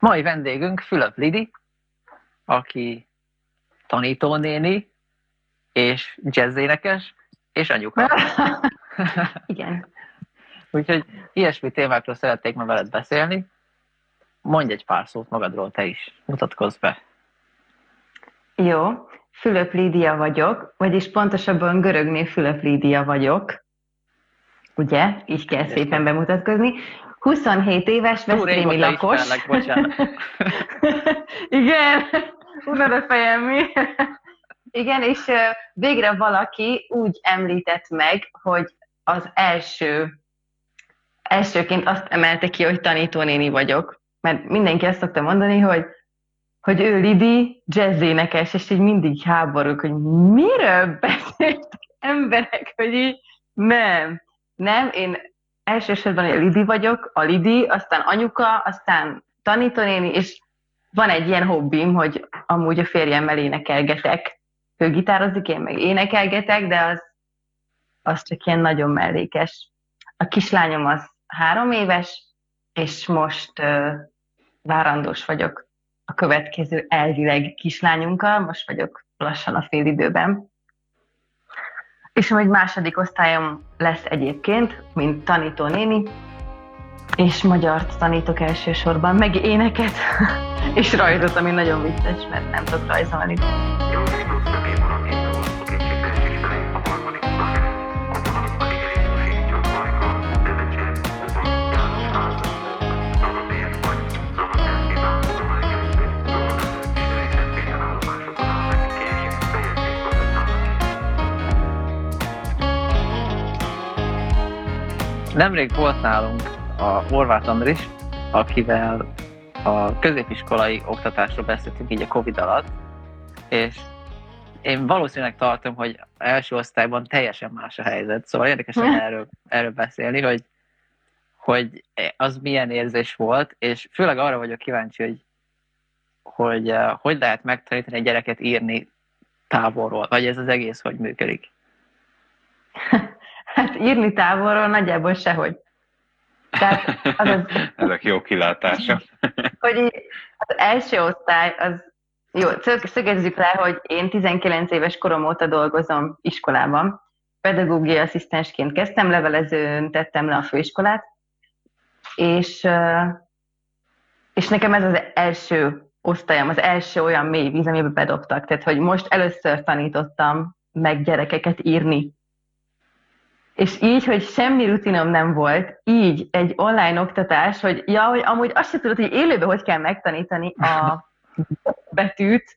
Mai vendégünk Fülöp Lidi, aki tanítónéni, és jazzénekes, és anyuka. Igen. Úgyhogy ilyesmi témákról szeretnék ma veled beszélni. Mondj egy pár szót magadról te is, mutatkozz be. Jó, Fülöp Lídia vagyok, vagyis pontosabban görögnév Fülöp Lídia vagyok. Ugye? Így kell szépen bemutatkozni. 27 éves, veszprémi lakos. Ismerlek, bocsánat. Igen, unod a fejem, mi? Igen, és végre valaki úgy említett meg, hogy az elsőként azt emelte ki, hogy tanítónéni vagyok. Mert mindenki azt szokta mondani, hogy ő Lidi jazzénekes, és így mindig háborúk, hogy miről beszéltek emberek, hogy így nem, én elsősorban a Lidi vagyok, a Lidi, aztán anyuka, aztán tanítónéni, és van egy ilyen hobbim, hogy amúgy a férjemmel énekelgetek. Ő gitározik, én meg énekelgetek, de az csak ilyen nagyon mellékes. A kislányom az 3 éves, és most várandós vagyok a következő elvileg kislányunkkal, most vagyok lassan a félidőben. És majd második osztályom lesz egyébként, mint tanítónéni, és magyart tanítok elsősorban, meg éneket, és rajzot, ami nagyon vicces, mert nem tudok rajzolni. Nemrég volt nálunk a Horváth Andris, akivel a középiskolai oktatásról beszéltünk így a Covid alatt, és én valószínűleg tartom, hogy első osztályban teljesen más a helyzet, szóval érdekes erről beszélni, hogy az milyen érzés volt, és főleg arra vagyok kíváncsi, hogy lehet megtanítani egy gyereket írni távolról, vagy ez az egész hogy működik. Hát írni távolról nagyjából sehogy. Tehát ezek jó kilátása. Hogy az első osztály, jó, szögezzük le, hogy én 19 éves korom óta dolgozom iskolában. Pedagógiai asszisztensként kezdtem, levelezőn tettem le a főiskolát, és nekem ez az első osztályom, az első olyan mély víz, amiben bedobtak. Tehát, hogy most először tanítottam meg gyerekeket írni. És így, hogy semmi rutinom nem volt, így egy online oktatás, hogy amúgy azt se tudod, hogy élőben hogy kell megtanítani a betűt,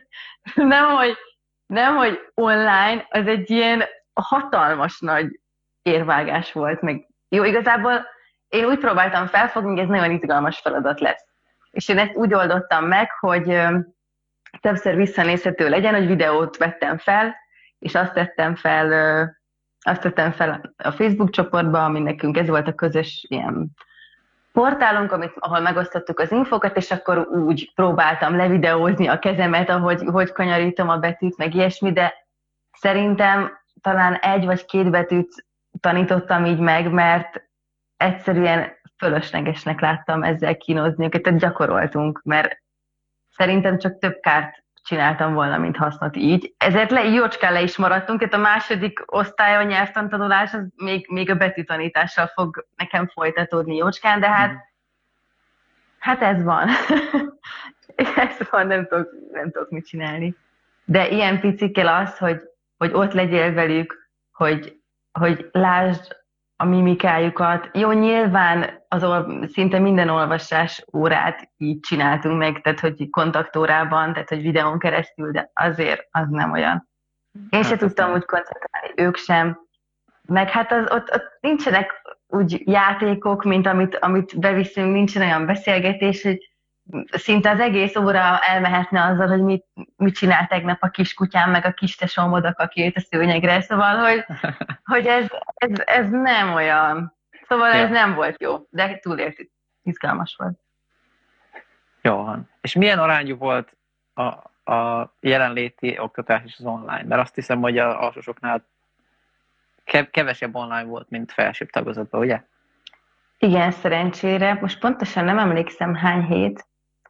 nem, hogy online, az egy ilyen hatalmas nagy érvágás volt. Meg jó, igazából én úgy próbáltam felfogni, hogy ez nagyon izgalmas feladat lesz. És én ezt úgy oldottam meg, hogy többször visszanézhető legyen, hogy videót vettem fel, és azt tettem fel a Facebook csoportba, ami nekünk ez volt a közös ilyen portálunk, ahol megosztottuk az infokat, és akkor úgy próbáltam levideózni a kezemet, hogy kanyarítom a betűt, meg ilyesmi, de szerintem talán 1 vagy 2 betűt tanítottam így meg, mert egyszerűen fölöslegesnek láttam ezzel kínozni őket, tehát gyakoroltunk, mert szerintem csak több kárt csináltam volna, mint hasznot így. Ezért jócskán le is maradtunk, tehát a második osztály, a nyelvtantanulás, az még a betűtanítással fog nekem folytatódni jócskán, de hát ez van. Ez van, nem tudok mit csinálni. De ilyen picikkel az, hogy ott legyél velük, hogy lásd a mimikájukat. Jó, nyilván szinte minden olvasás órát így csináltunk meg, tehát hogy kontaktórában, tehát hogy videón keresztül, de azért az nem olyan. Én se tudtam úgy koncentrálni, ők sem. Meg hát ott nincsenek úgy játékok, mint amit beviszünk, nincsen olyan beszélgetés, hogy szinte az egész óra elmehetne azzal, hogy mit csinál tegnap a kiskutyám, meg a kistesóm odakakült a szőnyegre, szóval, hogy ez nem olyan. Szóval ez nem volt jó, de túléltük. Izgalmas volt. Jó van. És milyen arányú volt a jelenléti oktatás és az online? Mert azt hiszem, hogy az alsósoknál kevesebb online volt, mint felsőbb tagozatban, ugye? Igen, szerencsére. Most pontosan nem emlékszem hány hét,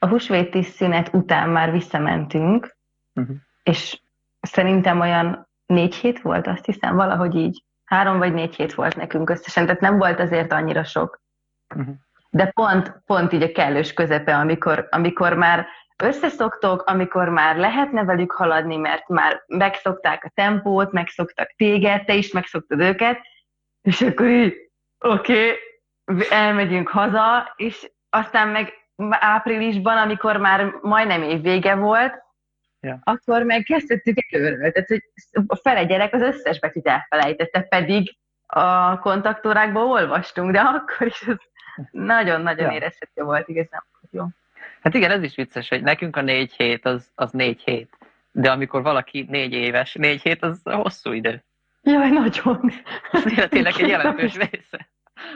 a húsvéti szünet után már visszamentünk, és szerintem olyan 4 hét volt, azt hiszem, valahogy így. 3 vagy 4 hét volt nekünk összesen, tehát nem volt azért annyira sok. De pont így a kellős közepe, amikor már összeszoktok, amikor már lehetne velük haladni, mert már megszokták a tempót, megszoktak téged, te is megszoktad őket, és akkor így, oké, elmegyünk haza, és aztán meg áprilisban, amikor már majdnem év vége volt, akkor meg kezdtettük előről. Tehát, hogy a fele gyerek az összes betűt elfelejtette, pedig a kontaktórákban olvastunk, de akkor is ez nagyon-nagyon érezhető volt igazán. Jó. Hát igen, ez is vicces, hogy nekünk a 4 hét az 4 hét, de amikor valaki 4 éves, 4 hét az hosszú idő. Jaj, nagyon. Az életének egy jelentős része.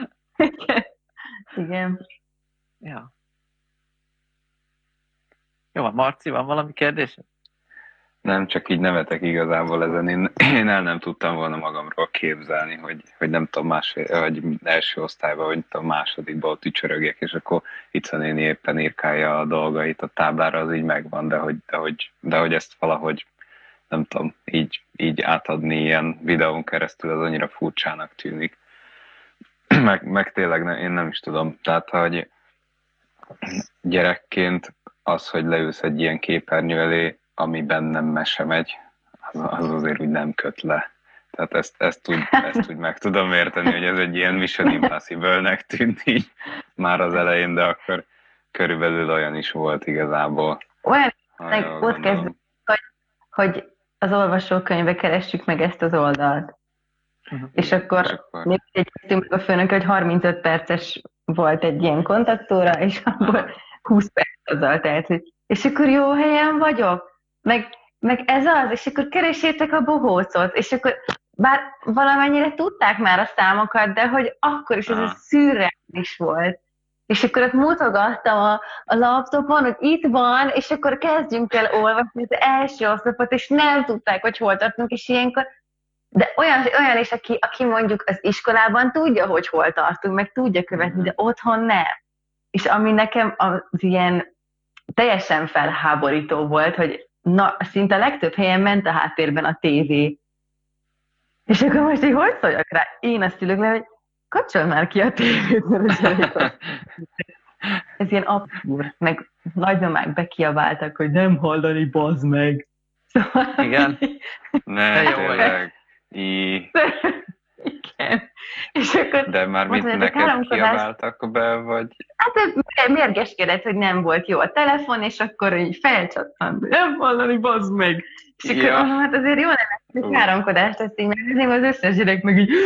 Igen. Ja. Jó, Marci, van valami kérdés? Nem, csak így nevetek igazából ezen. Én el nem tudtam volna magamról képzelni, hogy nem tudom, vagy első osztályban, vagy nem tudom, másodikban ott ücsörögjek, és akkor Ica néni éppen írkálja a dolgait a táblára, az így megvan, de hogy ezt valahogy, nem tudom, így átadni ilyen videón keresztül, az annyira furcsának tűnik. Meg tényleg én nem is tudom. Tehát, hogy gyerekként az, hogy leülsz egy ilyen képernyő elé, amiben nem mese megy, az azért úgy nem köt le. Tehát ezt úgy meg tudom érteni, hogy ez egy ilyen Mission Impossible-nek tűnt így már az elején, de akkor körülbelül olyan is volt igazából. Olyan, ott kezdve, hogy az olvasókönyvbe keressük meg ezt az oldalt. És akkor még egyébként a főnök, hogy 35 perces volt egy ilyen kontaktóra, és abból 20 perc azzal telt, hogy és akkor jó helyen vagyok, meg ez az, és akkor keresétek a bohócot, és akkor bár valamennyire tudták már a számokat, de hogy akkor is ez a szürreális volt. És akkor ott mutogattam a laptopon, hogy itt van, és akkor kezdjünk el olvasni az első oszlopot, és nem tudták, hogy hol tartunk, és ilyenkor de olyan is, aki mondjuk az iskolában tudja, hogy hol tartunk, meg tudja követni, de otthon nem. És ami nekem az ilyen teljesen felháborító volt, hogy szinte a legtöbb helyen ment a háttérben a tévé. És akkor most így hogy szóljak rá? Én azt ülök le, hogy kapcsol már ki a tévét, mert ez ilyen abszurd, meg nagymamák bekiabáltak, hogy nem hallani, bazd meg. Szóval igen. Ne, tényleg. Igen. És akkor de már mit neked kiabáltak be, vagy? Hát mérgeskedett, hogy nem volt jó a telefon, és akkor így felcsattant, nem hallani, bazd meg. És akkor hát azért jó lenne, hogy káromkodást ezt így megnézném, az összes gyerek meg így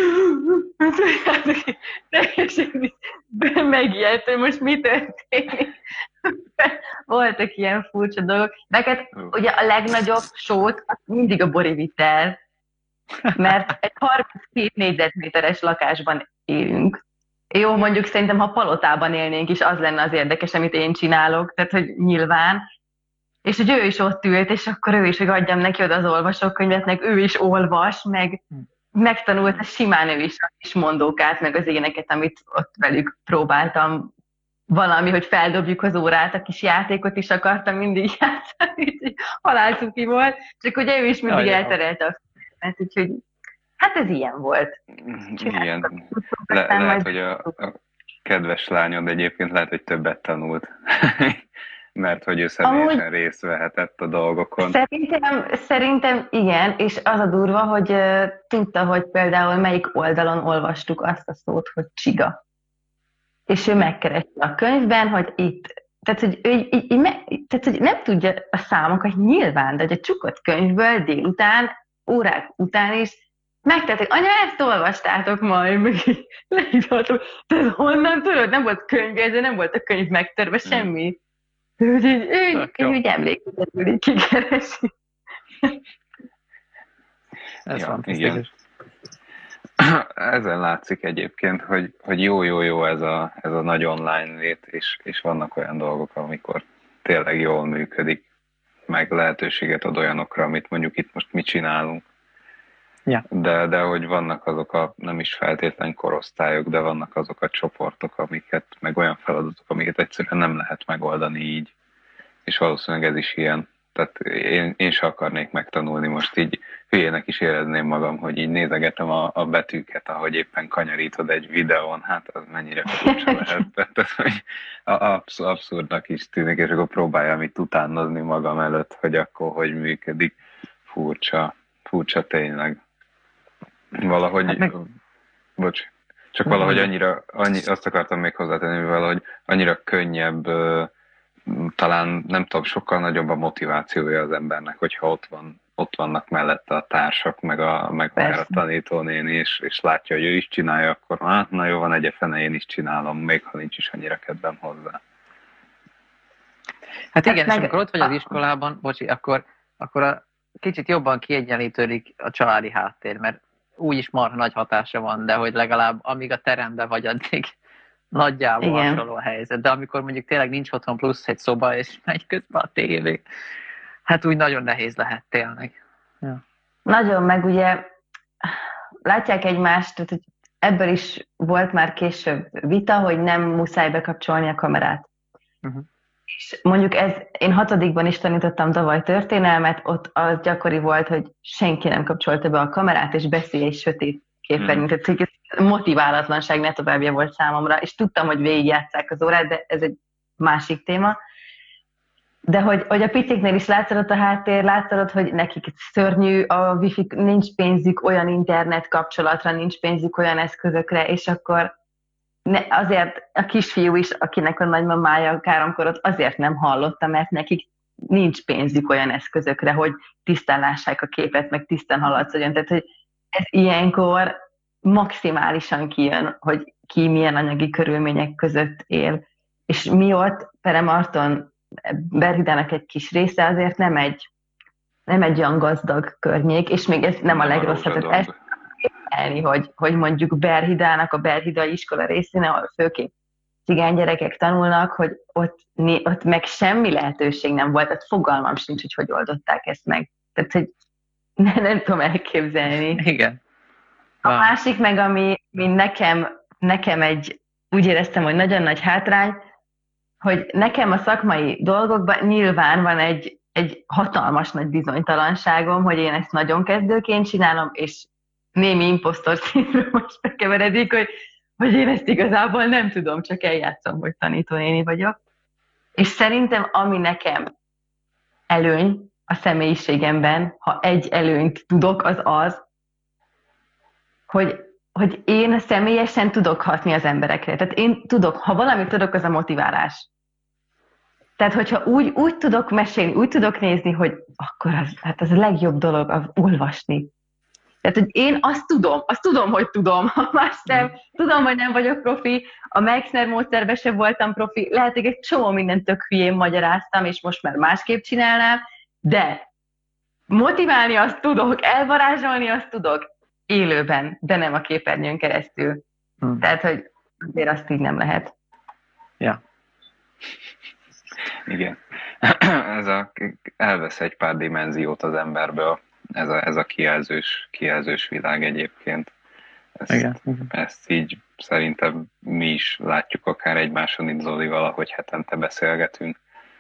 megijedt, hogy most mi történik. Voltak ilyen furcsa dolgok. Neked ugye a legnagyobb sót mindig a Bori vitt el, mert egy 32 négyzetméteres lakásban élünk. Jó, mondjuk szerintem, ha palotában élnénk is, az lenne az érdekes, amit én csinálok, tehát, hogy nyilván. És hogy ő is ott ült, és akkor ő is, hogy adjam neki oda az olvasókönyvet, meg ő is olvas, meg megtanult simán ő is mondókát, meg az éneket, amit ott velük próbáltam valami, hogy feldobjuk az órát, a kis játékot is akartam mindig játszani, halálcuki volt, csak ugye ő is mindig elterelte a filmet, úgyhogy hát ez ilyen volt. Igen. Lehet, hogy a kedves lányod egyébként lehet, hogy többet tanult, mert hogy ő személyesen részt vehetett a dolgokon. Szerintem igen, és az a durva, hogy tudta, hogy például melyik oldalon olvastuk azt a szót, hogy csiga. És ő megkereste a könyvben, hogy itt, tehát hogy nem tudja a számokat nyilván, de hogy a csukott könyvből délután, órák után is megtették, anya, ezt olvastátok majd, meg leírhatom, de ez honnan tudod? Nem volt könyvjegyző, nem volt a könyv megtörve, semmi. Úgy így emlékezetül így kikeresi. Ez van, igen. Ezen látszik egyébként, hogy jó ez a nagy online lét, és vannak olyan dolgok, amikor tényleg jól működik, meg lehetőséget ad olyanokra, amit mondjuk itt most mi csinálunk. Ja. De hogy vannak azok a nem is feltétlen korosztályok, de vannak azok a csoportok, meg olyan feladatok, amiket egyszerűen nem lehet megoldani így. és valószínűleg ez is ilyen. Tehát én se akarnék megtanulni most így, hülyének is érezném magam, hogy így nézegetem a betűket, ahogy éppen kanyarítod egy videón, hát az mennyire furcsa lehet. Tehát, hogy abszurdnak is tűnik, és akkor próbáljam itt utánozni magam előtt, hogy akkor hogy működik. Furcsa tényleg. Valahogy, Hát bocs, csak valahogy azt akartam még hozzátenni, hogy valahogy annyira könnyebb, talán nem tudom, sokkal nagyobb a motivációja az embernek, hogyha ott vannak mellette a társak, meg a tanítónéni, és látja, hogy ő is csinálja, akkor na jó, van egy fene, én is csinálom, még ha nincs is annyira kedvem hozzá. Hát igen, és amikor ott vagy az iskolában, bocsi, akkor kicsit jobban kiegyenlítődik a családi háttér, mert úgyis marha nagy hatása van, de hogy legalább amíg a teremben vagy, addig nagyjából hasonló a helyzet. De amikor mondjuk tényleg nincs otthon plusz egy szoba, és megy közben a tévé, hát úgy nagyon nehéz lehet tényleg. Ja. Nagyon, meg ugye látják egymást, tehát, hogy ebből is volt már később vita, hogy nem muszáj bekapcsolni a kamerát. És mondjuk én 6. is tanítottam tavaly történelmet, ott az gyakori volt, hogy senki nem kapcsolta be a kamerát, és beszélj egy sötét képernyőn. Tehát ez motiválatlanság ne továbbja volt számomra, és tudtam, hogy végigjátsszák az órát, de ez egy másik téma. De hogy a piciknél is látszott a háttér, látszott, hogy nekik szörnyű a wifi, nincs pénzük olyan internet kapcsolatra, nincs pénzük olyan eszközökre, és akkor azért a kisfiú is, akinek a nagymamája káromkodott, azért nem hallotta, mert nekik nincs pénzük olyan eszközökre, hogy tisztán lássák a képet, meg tisztán hallatszódjon. Tehát, hogy ez ilyenkor maximálisan kijön, hogy ki milyen anyagi körülmények között él. És mi ott, Peremarton, Berhidának egy kis része azért nem egy olyan gazdag környék, és még ez nem a legrosszabb. Ezt elni, hogy mondjuk Berhidának, a Berhidai iskola részén, ahol főképp cigány gyerekek tanulnak, hogy ott meg semmi lehetőség nem volt, tehát fogalmam sincs, hogy oldották ezt meg. Tehát, hogy nem tudom elképzelni. Igen. A másik meg, ami nekem úgy éreztem, hogy nagyon nagy hátrány, hogy nekem a szakmai dolgokban nyilván van egy hatalmas nagy bizonytalanságom, hogy én ezt nagyon kezdőként csinálom, és némi imposztor színről most bekeveredik, hogy én ezt igazából nem tudom, csak eljátszom, hogy tanítónéni vagyok. És szerintem, ami nekem előny a személyiségemben, ha egy előnyt tudok, az, hogy én személyesen tudok hatni az emberekre. Tehát én tudok, ha valamit tudok, az a motiválás. Tehát, hogyha úgy tudok mesélni, úgy tudok nézni, hogy akkor az a legjobb dolog olvasni. Tehát, hogy én azt tudom, hogy tudom, ha más nem, tudom, hogy nem vagyok profi, a Meixner módszerben sem voltam profi, lehet, hogy egy csomó mindent tök hülyén magyaráztam, és most már másképp csinálnám, de motiválni azt tudok, elvarázsolni azt tudok, élőben, de nem a képernyőn keresztül. Tehát, hogy azért azt így nem lehet. Ja. Igen. Elvesz egy pár dimenziót az emberből, ez a kijelzős világ egyébként. Ezt így szerintem mi is látjuk akár egymáson itt Zolival, ahogy hetente beszélgetünk.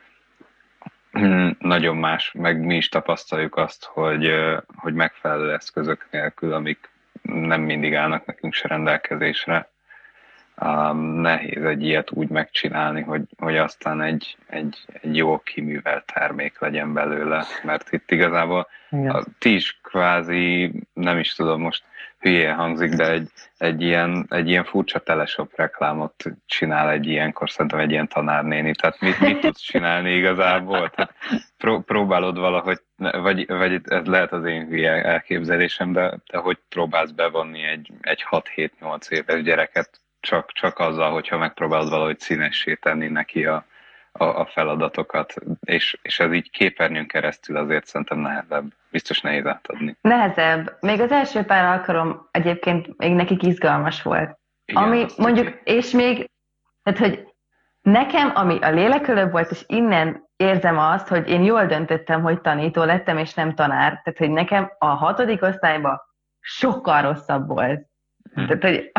Nagyon más, meg mi is tapasztaljuk azt, hogy megfelelő eszközök nélkül, amik nem mindig állnak nekünk se rendelkezésre, nehéz egy ilyet úgy megcsinálni, hogy aztán egy jó kiművelt termék legyen belőle, mert itt igazából ti is kvázi, nem is tudom, most hülyén hangzik, de egy ilyen furcsa teleshop reklámot csinál egy ilyenkor, szerintem egy ilyen tanárnéni, tehát mit tudsz csinálni igazából? Tehát próbálod valahogy, vagy ez lehet az én hülye elképzelésem, de hogy próbálsz bevonni egy 6-7-8 éves gyereket csak azzal, hogyha megpróbálod valahogy színessé tenni neki a feladatokat, és ez így képernyőn keresztül azért szerintem nehezebb. Biztos nehéz átadni. Nehezebb. Még az első pár alkalom egyébként még nekik izgalmas volt. Igen, ami mondjuk, és még, tehát hogy nekem, ami a lélekölőbb volt, és innen érzem azt, hogy én jól döntöttem, hogy tanító lettem, és nem tanár. Tehát, hogy nekem a 6. osztályban sokkal rosszabb volt. Tehát, hogy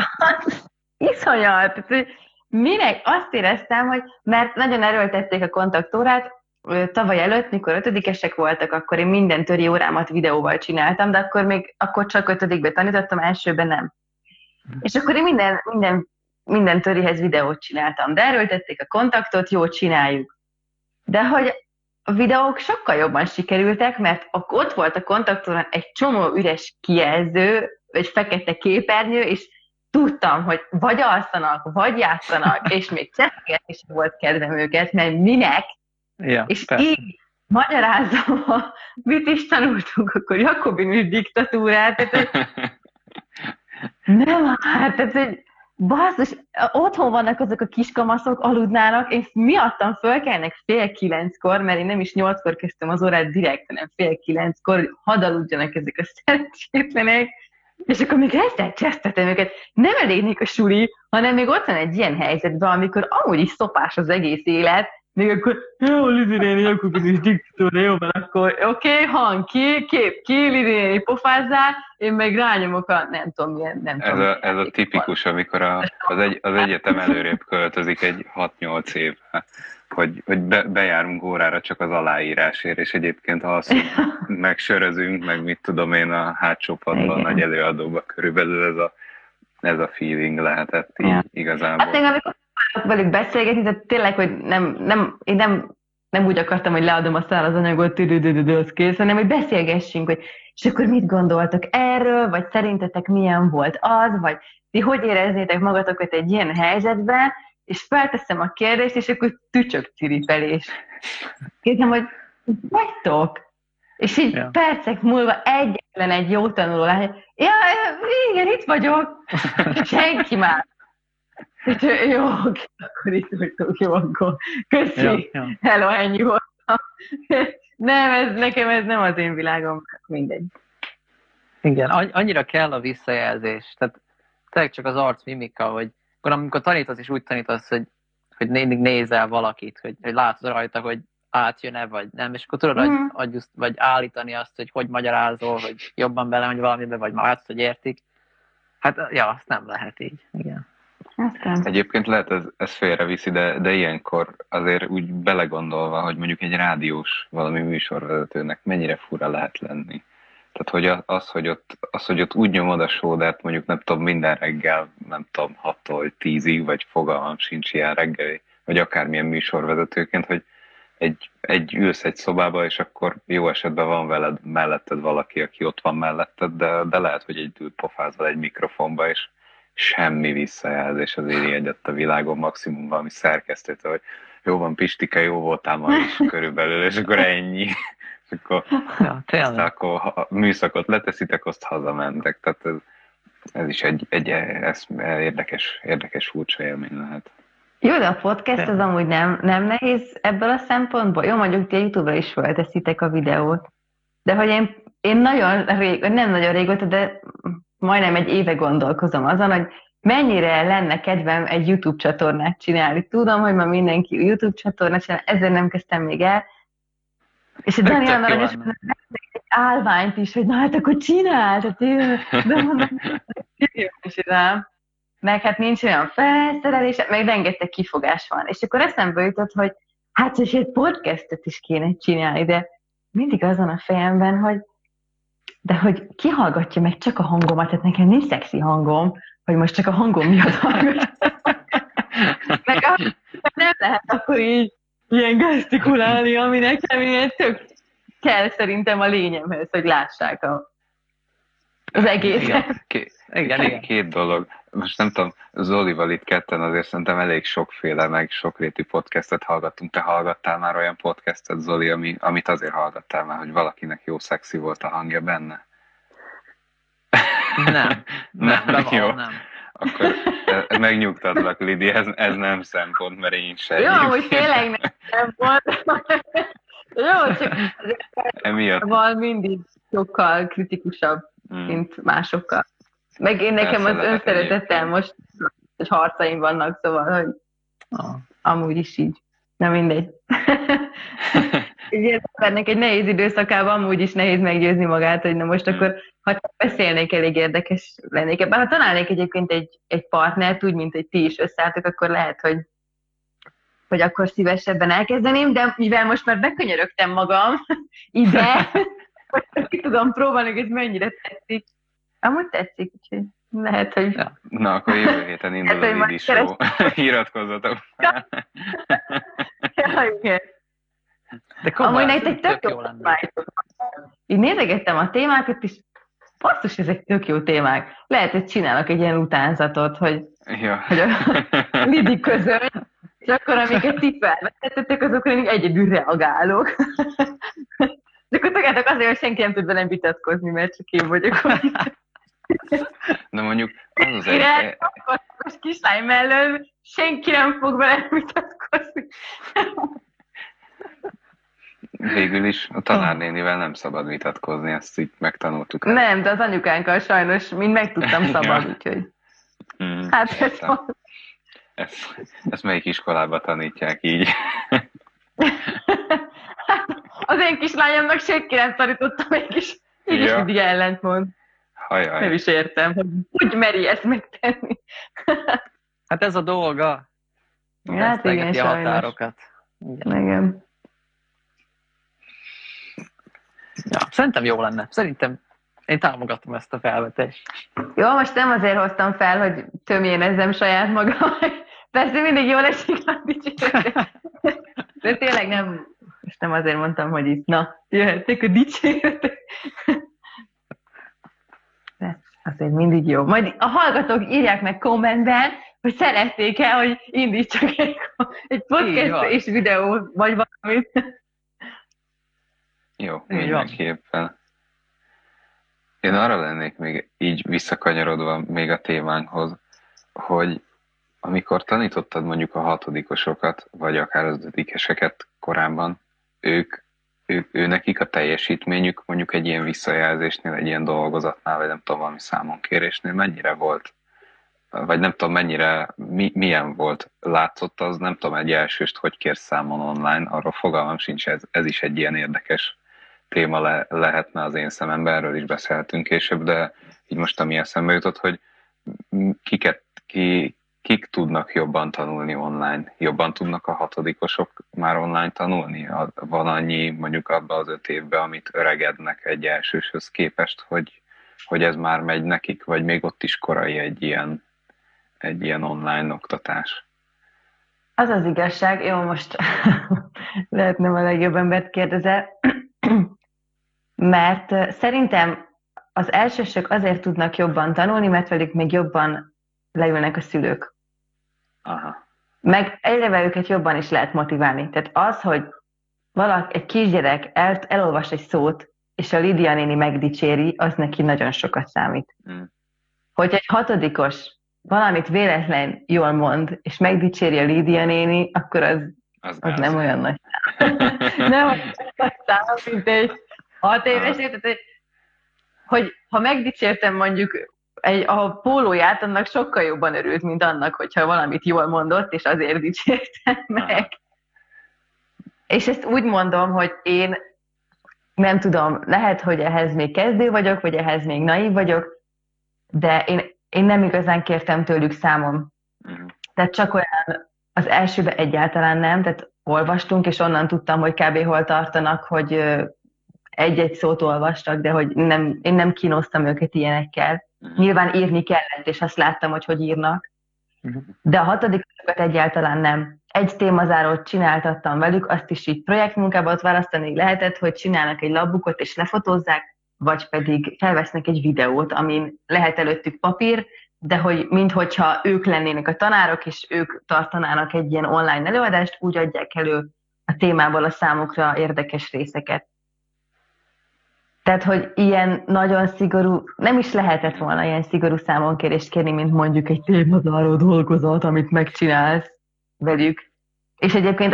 iszonyat. Tehát, hogy minek? Azt éreztem, hogy mert nagyon erőltették a kontaktórát, tavaly előtt, mikor 5-esek voltak, akkor én minden töri órámat videóval csináltam, de akkor csak 5-be tanítottam, elsőben nem. És akkor én minden törihez videót csináltam, de erőltették a kontaktot, jó, csináljuk. De hogy a videók sokkal jobban sikerültek, mert ott volt a kontakton egy csomó üres kijelző, egy fekete képernyő, és tudtam, hogy vagy alszanak, vagy játszanak, és még csettelgetni sem volt kedvem őket, mert minek, Ja, és persze. így magyarázom, mit is tanultunk akkor, jakobinus diktatúrát, tehát nem, hát ez egy basszus, otthon vannak azok a kiskamaszok, aludnának, és miattam fölkelnek 8:30, mert én nem is 8-kor kezdtem az órát direkt, hanem 8:30, hogy hadd aludjanak ezek a szerencsétlenek, és akkor még ezzel csesztetem őket. Nem elégnék a suli, hanem még ott van egy ilyen helyzetben, amikor amúgy is szopás az egész élet, még akkor, jó, Lizi néni, jakobinus diktatúra, jó van, akkor oké, hang ki, kép ki, Lizi néni pofázzál, én meg rányomok a nem tudom milyen, nem Ez tudom. ez a tipikus, amikor az egyetem előrébb költözik egy 6-8 év, hogy bejárunk órára csak az aláírásért, és egyébként alszunk, meg sörözünk, meg mit tudom én a hátsó padban, nagy előadóba körülbelül ez a feeling lehetett így igazából. Hát amikor velük beszélgetni, tehát tényleg, hogy én nem úgy akartam, hogy leadom a száraz anyagot, az kész, hanem hogy beszélgessünk, hogy és akkor mit gondoltok erről, vagy szerintetek milyen volt az, vagy ti hogy éreznétek magatokat egy ilyen helyzetben, és felteszem a kérdést, és akkor tücsök ciripelés. Kérdezem, hogy vagytok? És így percek múlva egyetlen egy jó tanuló látja, ja, igen, itt vagyok. Senki már. Jó, akkor itt vagytok, jó, akkor köszi. Hello, ennyi volt. Nem, nekem ez nem az én világom, mindegy. Igen, annyira kell a visszajelzés. Tehát tényleg csak az arcmimika, hogy amikor tanítasz, és úgy tanítasz, hogy nézel valakit, hogy látod rajta, hogy átjön-e, vagy nem, és akkor tudod, vagy állítani azt, hogy magyarázol, hogy jobban belemegy valamibe, vagy már látod, hogy értik. Hát, ja, azt nem lehet így. Igen. Egyébként lehet ez félreviszi, de ilyenkor azért úgy belegondolva, hogy mondjuk egy rádiós valami műsorvezetőnek mennyire fura lehet lenni. Tehát, hogy hogy ott úgy nyomod a sódert, mondjuk nem tudom, minden reggel, nem tudom, 6-tól 10-ig, vagy fogalmam sincs ilyen reggel, vagy akármilyen műsorvezetőként, hogy ülsz egy szobába, és akkor jó esetben van melletted valaki, aki ott van melletted, de lehet, hogy egyedül pofázol egy mikrofonba, és semmi visszajelzés az éri egyet a világon, maximum valami szerkesztőtől, hogy jó van Pistike, jó voltál ma is körülbelül, és akkor ennyi. És akkor, akkor ha műszakot leteszitek, azt hazamentek. Tehát ez is egy érdekes furcsa élmény lehet. Jó, de a podcast az amúgy nem nehéz ebből a szempontból. Jó, mondjuk ti a YouTube-ra is felteszitek a videót. De hogy én nem nagyon régóta, de majdnem egy éve gondolkozom azon, hogy mennyire lenne kedvem egy YouTube csatornát csinálni. Tudom, hogy ma mindenki YouTube csatornát csinál, ezzel nem kezdtem még el. És a Dani olyan aranyos, egy állványt is, hogy na hát akkor csináld, de mondom, hogy rám. Meg hát nincs olyan felszerelés, meg rengeteg kifogás van. És akkor eszembe jutott, hogy hát és egy podcastet is kéne csinálni, de mindig azon a fejemben, hogy ki hallgatja meg csak a hangomat, tehát nekem nincs szexi hangom, hogy most csak a hangom miatt hallgatja. Meg nem lehet akkor így ilyen gesztikulálni, ami nekem ilyen tök kell szerintem a lényemhez, hogy lássák az egészet. Igen. Két dolog. Most nem tudom, Zolival itt ketten azért szerintem elég sokféle, meg sokrétű podcastet hallgattunk. Te hallgattál már olyan podcastet, Zoli, amit azért hallgattál már, hogy valakinek jó szexi volt a hangja benne? Nem. Jó. Nem. Akkor megnyugtatlak, Lidi, ez nem szempont, mert én sem. Jó, hogy tényleg nem szempont. Jó, csak emiatt mindig sokkal kritikusabb, mint másokkal. Meg én nekem az önszeretettel most hogy harcaim vannak, szóval, hogy amúgy is így. Na mindegy. Ugye ennek egy nehéz időszakában amúgy is nehéz meggyőzni magát, hogy na most akkor, ha beszélnék, elég érdekes lennék ebben. Ha találnék egyébként egy partnert, úgy, mint hogy ti is összeálltok, akkor lehet, hogy hogy akkor szívesebben elkezdeném, de mivel most már bekönyörögtem magam ide, hogy ki tudom próbálni, hogy ez mennyire tetszik. Amúgy tetszik, úgyhogy lehet, hogy... Ja. Na, akkor jövő héten indul a Lidi Show. Iratkozzatok fel. Ja, igen. De amúgy nektek tök jó lenne. Így nézegettem a témákat, és basszus, ezek tök jó témák. Lehet, hogy csinálok egy ilyen utánzatot, hogy a Lidi közöny, és akkor amiket ti felvetettetek, azokra én egyedül reagálok. És akkor tudjátok azért, hogy senki nem tud velem vitatkozni, mert csak én vagyok. Na mondjuk az egy... Most kislány mellől senki nem fog velem vitatkozni. Végül is a tanárnénivel nem szabad vitatkozni, ezt így megtanultuk. Nem, de az anyukánkkal sajnos mind meg tudtam szabad, úgyhogy... Hát ez van. Ezt melyik iskolába tanítják így? Hát, az én kislányomnak senki nem tanította, mégis mindig ellentmond. Hajaj. Nem is értem, hogy meri ezt megtenni. Hát ez a dolga. Hát igen, a határokat. Igen. Ja, szerintem jó lenne. Szerintem én támogatom ezt a felvetést. Jó, most nem azért hoztam fel, hogy tömjénezzem saját magam. Persze mindig jól esik a dicséretek. De tényleg nem, most nem azért mondtam, hogy itt, na, jöhettek a dicséretek. De azért mindig jó. Majd a hallgatók írják meg kommentben, hogy szerették-e, hogy indítsak egy podcast és videó, vagy valamit. Jó, mindenképpen. Én arra lennék még így visszakanyarodva még a témánkhoz, hogy amikor tanítottad mondjuk a hatodikosokat, vagy akár az ötödikeseket korábban, ő nekik a teljesítményük mondjuk egy ilyen visszajelzésnél, egy ilyen dolgozatnál, vagy nem tudom, valami számonkérésnél mennyire volt? Vagy nem tudom, mennyire, milyen volt? Látszott az, nem tudom, egy elsőst, hogy kérsz számon online, arról fogalmam sincs, ez is egy ilyen érdekes téma lehetne az én szememben, erről is beszélhetünk később, de így most ami eszembe jutott, hogy kik tudnak jobban tanulni online? Jobban tudnak a hatodikosok már online tanulni? Van annyi mondjuk abban az 5 évben, amit öregednek egy elsőshöz képest, hogy ez már megy nekik, vagy még ott is korai egy ilyen online oktatás? Az az igazság, jó, most lehet nem a legjobb embert kérdezel, mert szerintem az elsősök azért tudnak jobban tanulni, mert velük még jobban leülnek a szülők. Aha. Meg eleve őket jobban is lehet motiválni. Tehát az, hogy egy kisgyerek elolvas egy szót, és a Lidia néni megdicséri, az neki nagyon sokat számít. Hogy egy hatodikos valamit véletlen jól mond, és megdicséri a Lidia néni, akkor az nem olyan nagy szám. Nem olyan nagy szám, mint egy 6 éves, tehát, hogy ha megdicsértem mondjuk a pólóját, annak sokkal jobban örült, mint annak, hogyha valamit jól mondott, és azért dicsértem meg. És ezt úgy mondom, hogy én nem tudom, lehet, hogy ehhez még kezdő vagyok, vagy ehhez még naív vagyok, de én nem igazán kértem tőlük számon. Tehát csak olyan az elsőben egyáltalán nem, tehát olvastunk, és onnan tudtam, hogy kb. Hol tartanak, hogy egy-egy szót olvastak, de hogy én nem kínoztam őket ilyenekkel. Nyilván írni kellett, és azt láttam, hogy írnak. De a hatodikokat egyáltalán nem. Egy témazárót csináltattam velük, azt is így projektmunkában ott választani lehetett, hogy csinálnak egy labbookot és lefotózzák, vagy pedig felvesznek egy videót, amin lehet előttük papír, de hogy minthogyha ők lennének a tanárok, és ők tartanának egy ilyen online előadást, úgy adják elő a témából a számukra érdekes részeket. Tehát, hogy ilyen nagyon szigorú, nem is lehetett volna ilyen szigorú számonkérést kérni, mint mondjuk egy témazáró dolgozat, amit megcsinálsz velük. És egyébként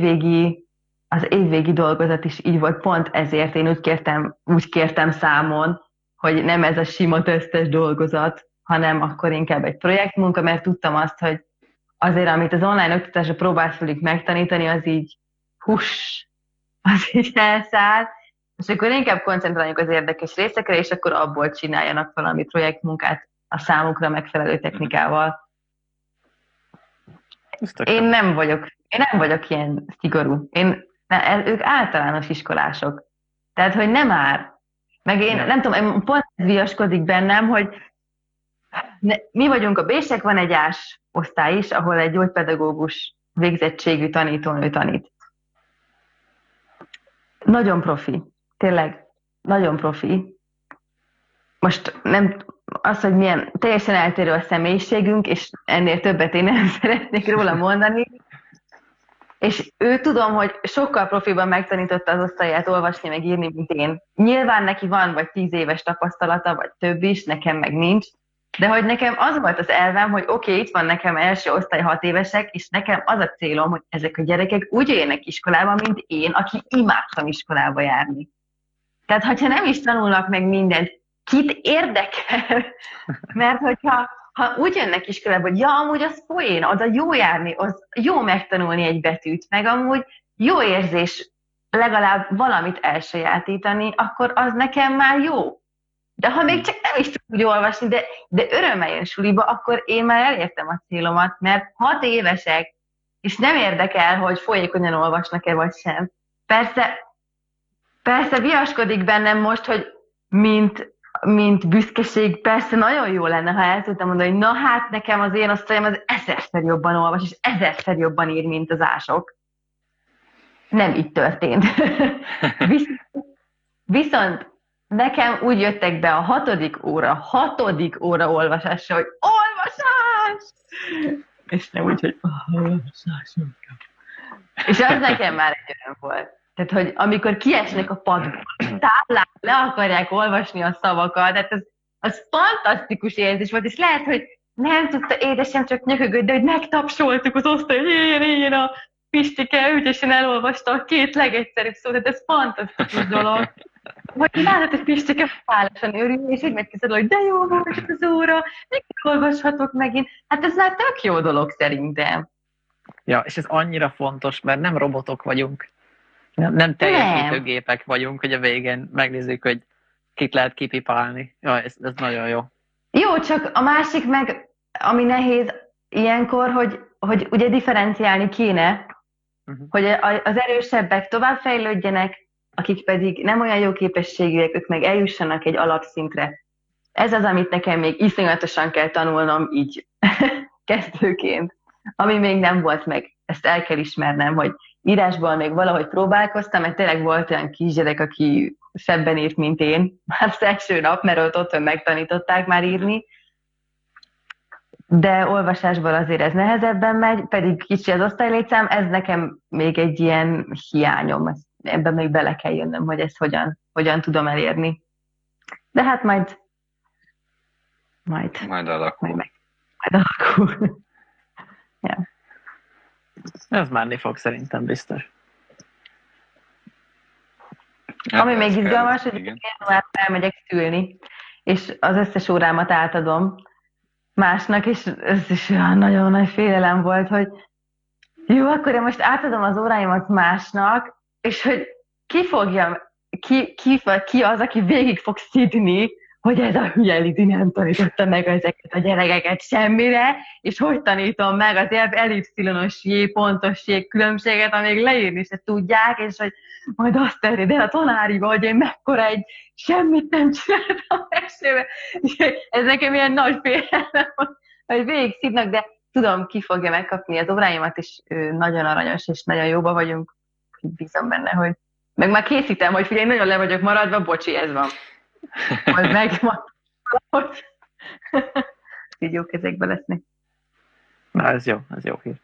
az évvégi dolgozat is így volt, pont ezért én úgy kértem számon, hogy nem ez a sima tesztes dolgozat, hanem akkor inkább egy projektmunka, mert tudtam azt, hogy azért, amit az online oktatásra próbálsz velük megtanítani, az így az így elszáll, és akkor inkább koncentráljuk az érdekes részekre, és akkor abból csináljanak valami projektmunkát a számukra megfelelő technikával. Én nem vagyok ilyen szigorú. Ők általános iskolások. Tehát, hogy nem ár. Meg én nem tudom, pont ez viaskodik bennem, hogy mi vagyunk a B-sek, van egy ás osztály is, ahol egy gyógypedagógus végzettségű tanítónő tanít. Nagyon profi. Tényleg, nagyon profi. Most nem az, hogy milyen teljesen eltérő a személyiségünk, és ennél többet én nem szeretnék róla mondani. És ő tudom, hogy sokkal profiban megtanította az osztályát olvasni, meg írni, mint én. Nyilván neki van vagy 10 éves tapasztalata, vagy több is, nekem meg nincs. De hogy nekem az volt az elvem, hogy oké, itt van nekem első osztály 6 évesek, és nekem az a célom, hogy ezek a gyerekek úgy jöjjenek iskolába, mint én, aki imádtam iskolába járni. Tehát, hogyha nem is tanulnak meg mindent, kit érdekel? Mert hogyha úgy jönnek iskolába, hogy amúgy az poén, oda jó járni, az jó megtanulni egy betűt, meg amúgy jó érzés legalább valamit elsajátítani, akkor az nekem már jó. De ha még csak nem is tud úgy olvasni, de örömmel jön suliba, akkor én már elértem a célomat, mert 6 évesek, és nem érdekel, hogy folyékonyan olvasnak-e vagy sem. Persze viaskodik bennem most, hogy mint büszkeség, persze nagyon jó lenne, ha el tudtam mondani, hogy na hát nekem az én osztályom az 1000-szer jobban olvas, és 1000-szer jobban ír, mint az ások. Nem így történt. Viszont nekem úgy jöttek be a 6. óra olvasásra, hogy olvasás! És nem úgy, hogy olvasás. És az nekem már egy öröm volt. Tehát, hogy amikor kiesnek a padból, táblán le akarják olvasni a szavakat, tehát az fantasztikus érzés volt, és lehet, hogy nem tudta édesem, csak nyökögött, de hogy megtapsoltuk az osztály, hogy ilyen a Pistike ügyesen elolvasta a 2 legegyszerűbb szót, tehát ez fantasztikus dolog. Hogy látod, hogy Pistike hálásan örül, és így megkezded, hogy de jó volt az óra, még olvashatok megint. Hát ez már tök jó dolog szerintem. Ja, és ez annyira fontos, mert nem robotok vagyunk. Nem teljesítőgépek vagyunk, hogy a végén megnézzük, hogy kit lehet kipipálni. Ja, ez nagyon jó. Jó, csak a másik meg, ami nehéz ilyenkor, hogy ugye differenciálni kéne, hogy az erősebbek továbbfejlődjenek, akik pedig nem olyan jó képességűek, ők meg eljussanak egy alapszintre. Ez az, amit nekem még iszonyatosan kell tanulnom így kezdőként, ami még nem volt meg. Ezt el kell ismernem, hogy írásból még valahogy próbálkoztam, mert tényleg volt olyan kisgyerek, aki szebben írt, mint én, már az első nap, mert ott otthon megtanították már írni, de olvasásból azért ez nehezebben megy, pedig kicsi az osztálylétszám, ez nekem még egy ilyen hiányom, ebben még bele kell jönnöm, hogy ezt hogyan tudom elérni. De hát majd alakul. Majd alakul. Ja. Ez menni fog szerintem biztos. Ami még izgalmas, hogy januárban elmegyek szülni, és az összes órámat átadom másnak, és ez is olyan nagyon nagy félelem volt, hogy jó, akkor én most átadom az óráimat másnak, és hogy ki az, aki végig fog szidni, hogy ez a hülye Lidi nem tanította meg ezeket a gyerekeket semmire, és hogy tanítom meg az ellipszilonos J pontos J különbséget, amíg leírni se tudják, és hogy majd azt terjed el a tanáriba, hogy én mekkora egy semmit nem csináltam esőbe. Ez nekem ilyen nagy félelem, hogy végig szidnak, de tudom, ki fogja megkapni az óráimat, és ő nagyon aranyos, és nagyon jóba vagyunk. Bízom benne, hogy meg már készítem, hogy figyelj, nagyon le vagyok maradva, bocsi, ez van. Majd megvan. Így jó kezekbe lesznek. Na, ez jó hír.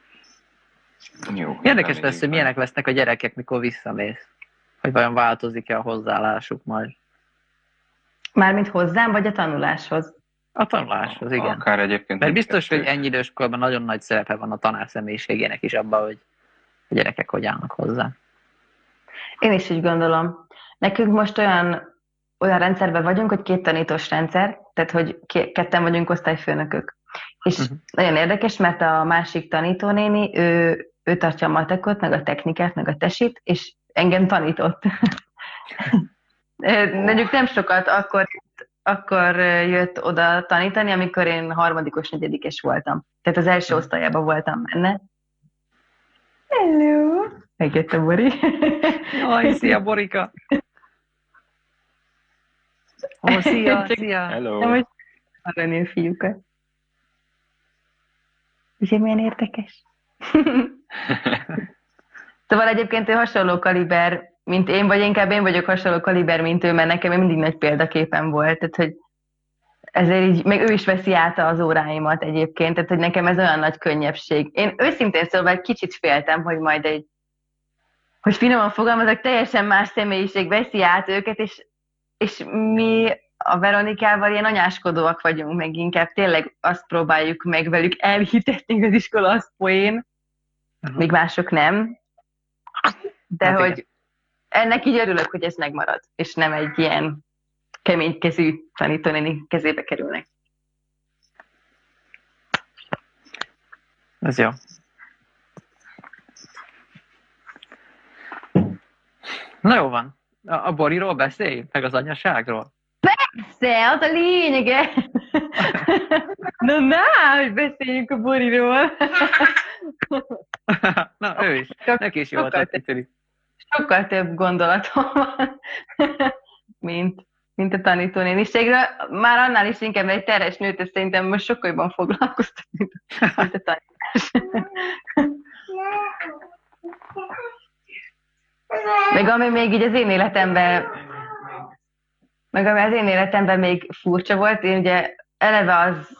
Jó, érdekes lesz, hogy milyenek lesznek a gyerekek, mikor visszamész. Hogy vajon változik-e a hozzáállásuk majd. Mármint hozzám, vagy a tanuláshoz? A tanuláshoz, igen. Akár egyébként. Mert biztos, hogy ennyi idős korban nagyon nagy szerepe van a tanár személyiségének is abban, hogy a gyerekek hogy állnak hozzá. Én is így gondolom. Nekünk most olyan rendszerben vagyunk, hogy 2 tanítós rendszer, tehát hogy 2 vagyunk osztályfőnökök. És nagyon érdekes, mert a másik tanítónéni, ő tartja a matekot, meg a technikát, meg a tesit, és engem tanított. Mondjuk nem sokat, akkor akkor jött oda tanítani, amikor én harmadikos, negyedikes voltam. Tehát az első osztályában voltam benne. Hello! Megjött a Bori. Jaj, szia Borika! Ó, szia, szia! Hello! De most hallani a fiúkat. Ugye milyen érdekes? Szóval egyébként ő hasonló kaliber, mint én, vagy inkább én vagyok hasonló kaliber, mint ő, mert nekem mindig nagy példaképem volt, tehát hogy ezért így, meg ő is veszi át az óráimat egyébként, tehát hogy nekem ez olyan nagy könnyebbség. Én őszintén szóval egy kicsit féltem, hogy majd hogy finoman fogalmazok, teljesen más személyiség veszi át őket, és mi a Veronikával ilyen anyáskodóak vagyunk, meg inkább tényleg azt próbáljuk meg velük elhitetni, az iskola az poén, még mások nem. De Hát hogy igen. ennek így örülök, hogy ez megmarad, és nem egy ilyen keménykezű tanítónéni kezébe kerülnek. Ez jó. Na jó van. A Boriról beszélj, meg az anyaságról. Persze, az a lényege! Na, hogy beszéljünk a Boriról. Na, ő is. Neki is jól tetszik. Sokkal több gondolatom van, mint a tanítónéniségről. Már annál is inkább egy terhes nőt, és szerintem most sokkal jobban foglalkoztat, mint a tanítás. Meg ami még így az én életemben még furcsa volt, én ugye eleve az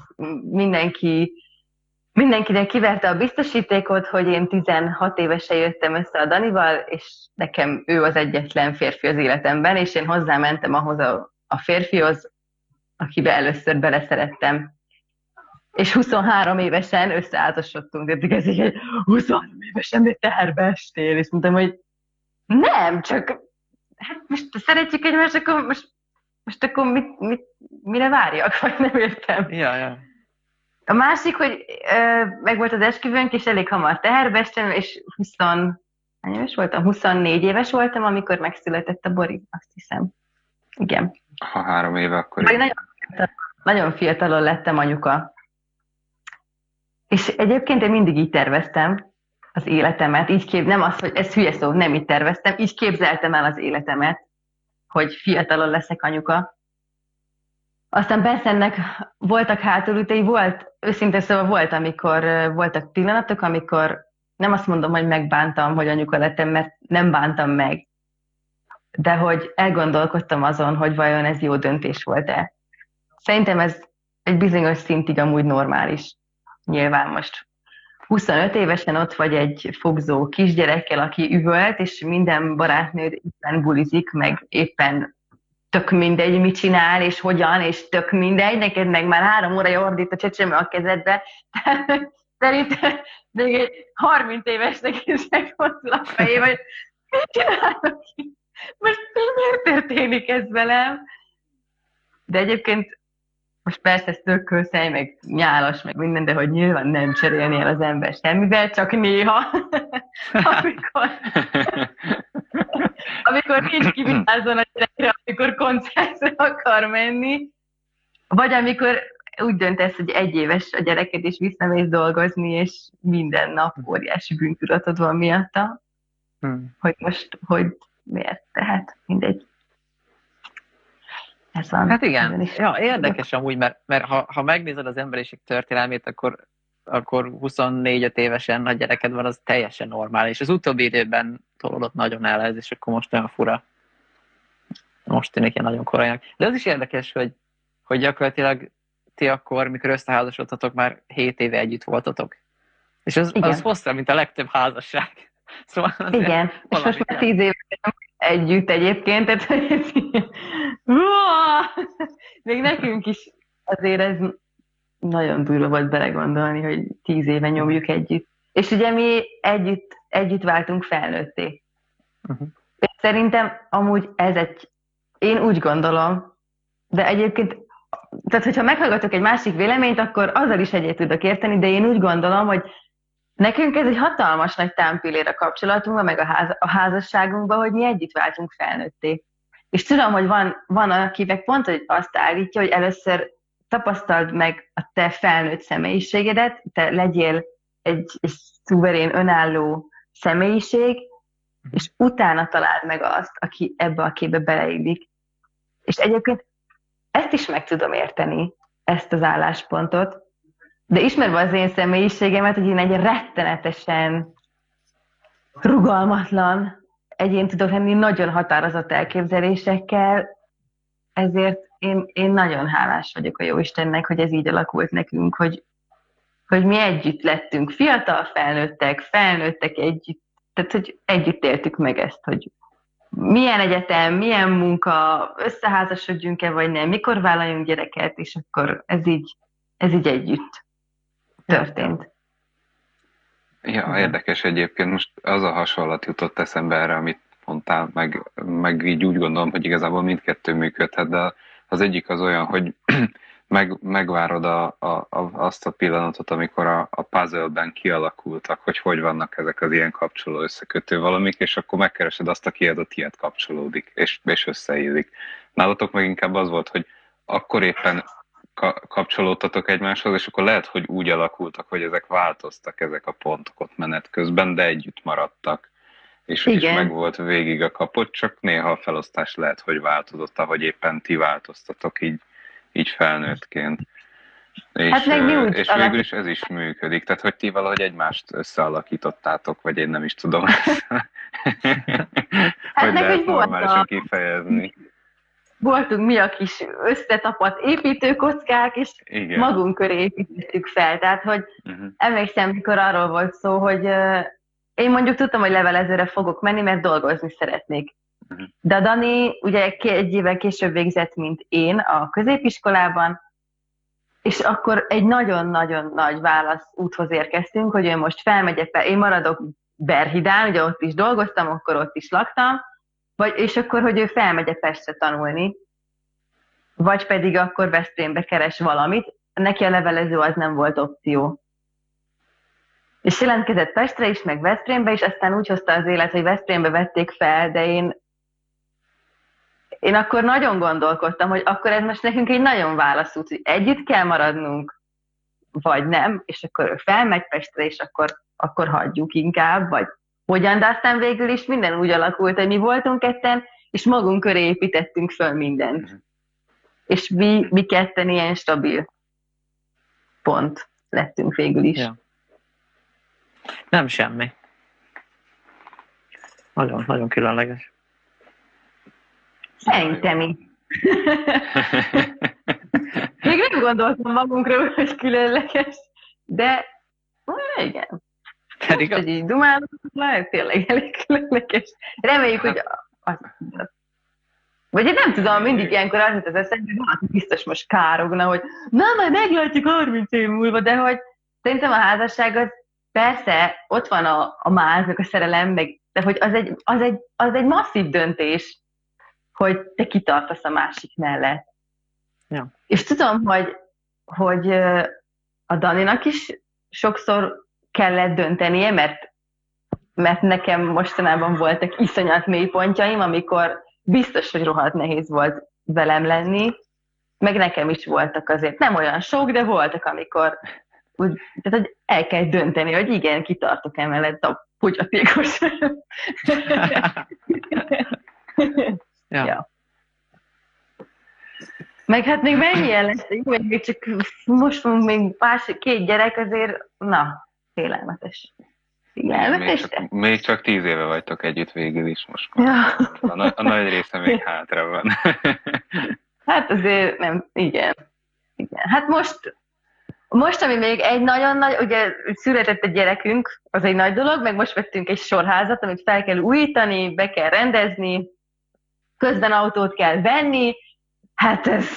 mindenkinek kiverte a biztosítékot, hogy én 16 évesen jöttem össze a Danival, és nekem ő az egyetlen férfi az életemben, és én hozzámentem ahhoz a férfihoz, akibe először beleszerettem. És 23 évesen összeházasodtunk, tehát ez így egy 23 évesen de teherbe estél, és mondtam, hogy nem, csak hát most szeretjük egymást, akkor most akkor mire várjak, vagy nem értem. Ja. A másik, hogy meg volt az esküvőnk, és elég hamar teherbe estem, és 24 éves voltam, amikor megszületett a Bori, azt hiszem. Igen. Ha 3 éve, akkor... Nagyon fiatalon lettem anyuka. És egyébként én mindig így terveztem az életemet, nem az, hogy ez hülye szó, nem így terveztem, így képzeltem el az életemet, hogy fiatalon leszek anyuka. Aztán persze ennek voltak hátulütei, őszintén szóval voltak pillanatok, amikor nem azt mondom, hogy megbántam, hogy anyuka lettem, mert nem bántam meg, de hogy elgondolkodtam azon, hogy vajon ez jó döntés volt-e. Szerintem ez egy bizonyos szintig amúgy normális. Nyilván most 25 évesen ott vagy egy fogzó kisgyerekkel, aki üvölt, és minden barátnőd éppen bulizik, meg éppen tök mindegy, mit csinál, és hogyan, és tök mindegy, neked meg már 3 óra ordít a csecsemő a kezedbe. Szerintem még egy 30 évesnek is megmozdul a fejébe, hogy mit csinálok itt? Most miért történik ez velem? De egyébként most persze ez tökölszej, meg nyálas, meg minden, de hogy nyilván nem cserélnél az ember semmivel, csak néha, amikor nincs kivitázzon a gyerekre, amikor koncertre akar menni, vagy amikor úgy döntesz, hogy 1 éves a gyereked, és visszamész dolgozni, és minden nap óriási bűntudatod van miatta, hogy most, hogy miért, tehát mindegy. Ez van. Hát igen, ja, érdekes amúgy, mert ha megnézed az emberiség történelmét, akkor 24 évesen, ha gyereked van, az teljesen normális. Az utóbbi időben tolódott nagyon el ez, és akkor most olyan fura. Most tűnik ilyen nagyon korainak. De az is érdekes, hogy gyakorlatilag ti akkor, mikor összeházasodtatok, már 7 éve együtt voltatok. És az hosszabb, mint a legtöbb házasság. Szóval igen, és most már 10 éve együtt egyébként, tehát még nekünk is azért ez nagyon durva volt belegondolni, hogy 10 éve nyomjuk együtt. És ugye mi együtt váltunk felnőtté. És szerintem amúgy én úgy gondolom, de egyébként, tehát hogyha meghallgatok egy másik véleményt, akkor azzal is egyet tudok érteni, de én úgy gondolom, hogy nekünk ez egy hatalmas nagy támpillér a kapcsolatunkban, meg a házasságunkban, hogy mi együtt váltunk felnőtté. És tudom, hogy van akinek pont hogy azt állítja, hogy először tapasztald meg a te felnőtt személyiségedet, te legyél egy szuverén, önálló személyiség, és utána találd meg azt, aki ebbe a képbe beleillik. És egyébként ezt is meg tudom érteni, ezt az álláspontot, de ismerve az én személyiségemet, hogy én egy rettenetesen rugalmatlan egyén tudok lenni, nagyon határozott elképzelésekkel, ezért én nagyon hálás vagyok a Jóistennek, hogy ez így alakult nekünk, hogy mi együtt lettünk fiatal felnőttek együtt, tehát hogy együtt éltük meg ezt, hogy milyen egyetem, milyen munka, összeházasodjunk-e vagy nem, mikor vállaljunk gyereket, és akkor ez így együtt történt. Ja, érdekes egyébként. Most az a hasonlat jutott eszembe erre, amit mondtál, meg így úgy gondolom, hogy igazából mindkettő működhet, de az egyik az olyan, hogy megvárod azt a pillanatot, amikor a puzzle-ben kialakultak, hogy vannak ezek az ilyen kapcsoló összekötő valamik, és akkor megkeresed azt, aki a tiéd kapcsolódik, és összeillik. Nálatok meg inkább az volt, hogy akkor éppen kapcsolódtatok egymáshoz, és akkor lehet, hogy úgy alakultak, hogy ezek változtak, ezek a pontok ott menet közben, de együtt maradtak. És meg volt végig a kapott, csak néha a felosztás lehet, hogy változott, ahogy éppen ti változtatok így felnőttként. És végül is ez is működik. Tehát, hogy ti valahogy egymást összealakítottátok, vagy én nem is tudom. Hogy lehet normálisan kifejezni. Voltunk mi a kis összetapadt építőkockák, és igen, magunk köré építettük fel. Tehát, hogy emlékszem, mikor arról volt szó, hogy én mondjuk tudtam, hogy levelezőre fogok menni, mert dolgozni szeretnék. De a Dani ugye 1 évvel később végzett, mint én a középiskolában, és akkor egy nagyon-nagyon nagy válaszúthoz érkeztünk, hogy ő most felmegyek, én maradok Berhidán, ugye ott is dolgoztam, akkor ott is laktam, és akkor, hogy ő felmegy Pestre tanulni, vagy pedig akkor Veszprémbe keres valamit, neki a levelező az nem volt opció. És jelentkezett Pestre is, meg Veszprémbe is, aztán úgy hozta az élet, hogy Veszprémbe vették fel, de én akkor nagyon gondolkodtam, hogy akkor ez most nekünk egy nagyon válaszút, hogy együtt kell maradnunk, vagy nem, és akkor ő felmegy Pestre, és akkor hagyjuk inkább, vagy hogyan, de aztán végül is minden úgy alakult, hogy mi voltunk ketten, és magunk köré építettünk föl mindent. És mi ketten ilyen stabil pont lettünk végül is. Ja. Nem semmi. Nagyon, nagyon különleges. Szerintem így. Még nem gondoltam magunkra, hogy különleges, de igen. Most, hogy így dumálunk, tényleg elég különleges. Reméljük, hogy vagy én nem tudom, mindig ilyenkor az jut az eszembe, hogy valaki biztos most károgna, hogy na, majd meglátjuk 30 év múlva, de hogy szerintem a házasság az persze, ott van a máz, meg a szerelem, de hogy az egy masszív döntés, hogy te kitartasz a másik mellett. Ja. És tudom, hogy a Daninak is sokszor kellett döntenie, mert nekem mostanában voltak iszonyat mélypontjaim, amikor biztos, hogy rohadt nehéz volt velem lenni, meg nekem is voltak azért. Nem olyan sok, de voltak, amikor tehát, hogy el kell dönteni, hogy igen, kitartok emellett a fogyatékos. Ja. Meg hát még mennyien leszünk, még csak most fogunk még 2 gyerek, azért, na, félelmetes. Még csak 10 éve vagytok együtt végül is most már. Ja. A nagy része még hátra van. Hát azért nem, igen. Hát most, ami még egy nagyon nagy, ugye született egy gyerekünk, az egy nagy dolog, meg most vettünk egy sorházat, amit fel kell újítani, be kell rendezni, közben autót kell venni, hát ez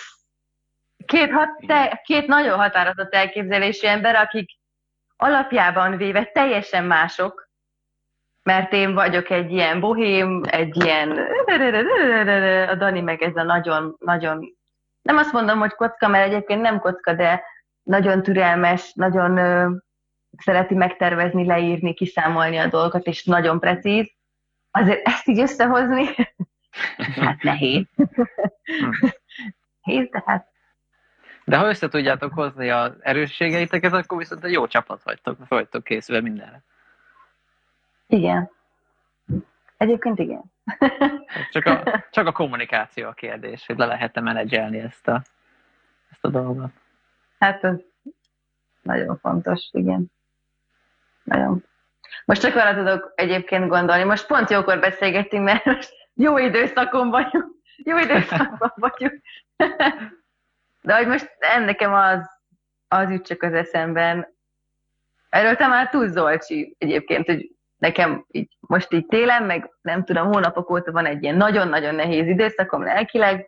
2 nagyon határozott elképzelésű ember, akik alapjában véve teljesen mások, mert én vagyok egy ilyen bohém, egy ilyen a Dani meg ez a nagyon, nagyon, nem azt mondom, hogy kocka, mert egyébként nem kocka, de nagyon türelmes, nagyon szereti megtervezni, leírni, kiszámolni a dolgokat, és nagyon precíz. Azért ezt így összehozni, Hát nehéz. Nehéz, de hát De ha össze tudjátok hozni az erősségeiteket, akkor viszont egy jó csapat vagytok készülve mindenre. igen. Egyébként igen. Csak a kommunikáció a kérdés, hogy le lehet-e menedzselni ezt a dolgot. Hát ez nagyon fontos, igen. Nagyon. Most csak arra tudok egyébként gondolni. Most pont jókor beszélgettünk, mert most jó időszakon vagyunk. Jó időszakban vagyunk. De hogy most nekem az jut csak az eszemben. Erről te már tudsz, Zolcsi, egyébként, hogy nekem így, most így télen, meg nem tudom, hónapok óta van egy ilyen nagyon-nagyon nehéz időszakom lelkileg,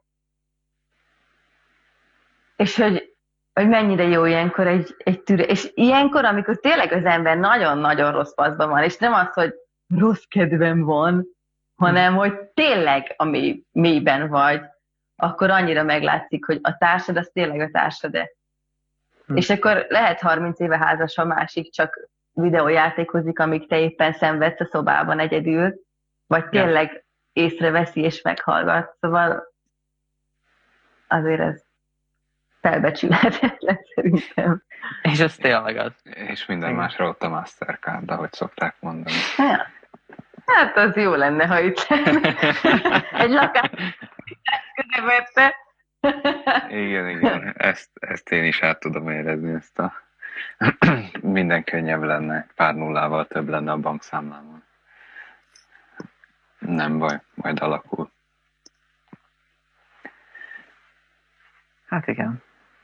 és hogy mennyire jó ilyenkor egy türe. És ilyenkor, amikor tényleg az ember nagyon-nagyon rossz paszban van, és nem az, hogy rossz kedvem van, hanem hogy tényleg a mélyben vagy, akkor annyira meglátszik, hogy a társad az tényleg a társad-e. És akkor lehet 30 éve házas, a másik csak videójátékozik, amíg te éppen szenvedsz a szobában egyedül, vagy tényleg észreveszi és meghallgat. Szóval azért ez felbecsülhetetlen szerintem. És ez tényleg az. És minden másra ott a Mastercard, ahogy szokták mondani. Hát az jó lenne, ha itt lenne. Egy lakás közepette. Igen. Ezt én is át tudom érezni, ezt a minden könnyebb lenne, pár nullával több lenne a bankszámlámon. Nem baj, majd alakul. Hát igen.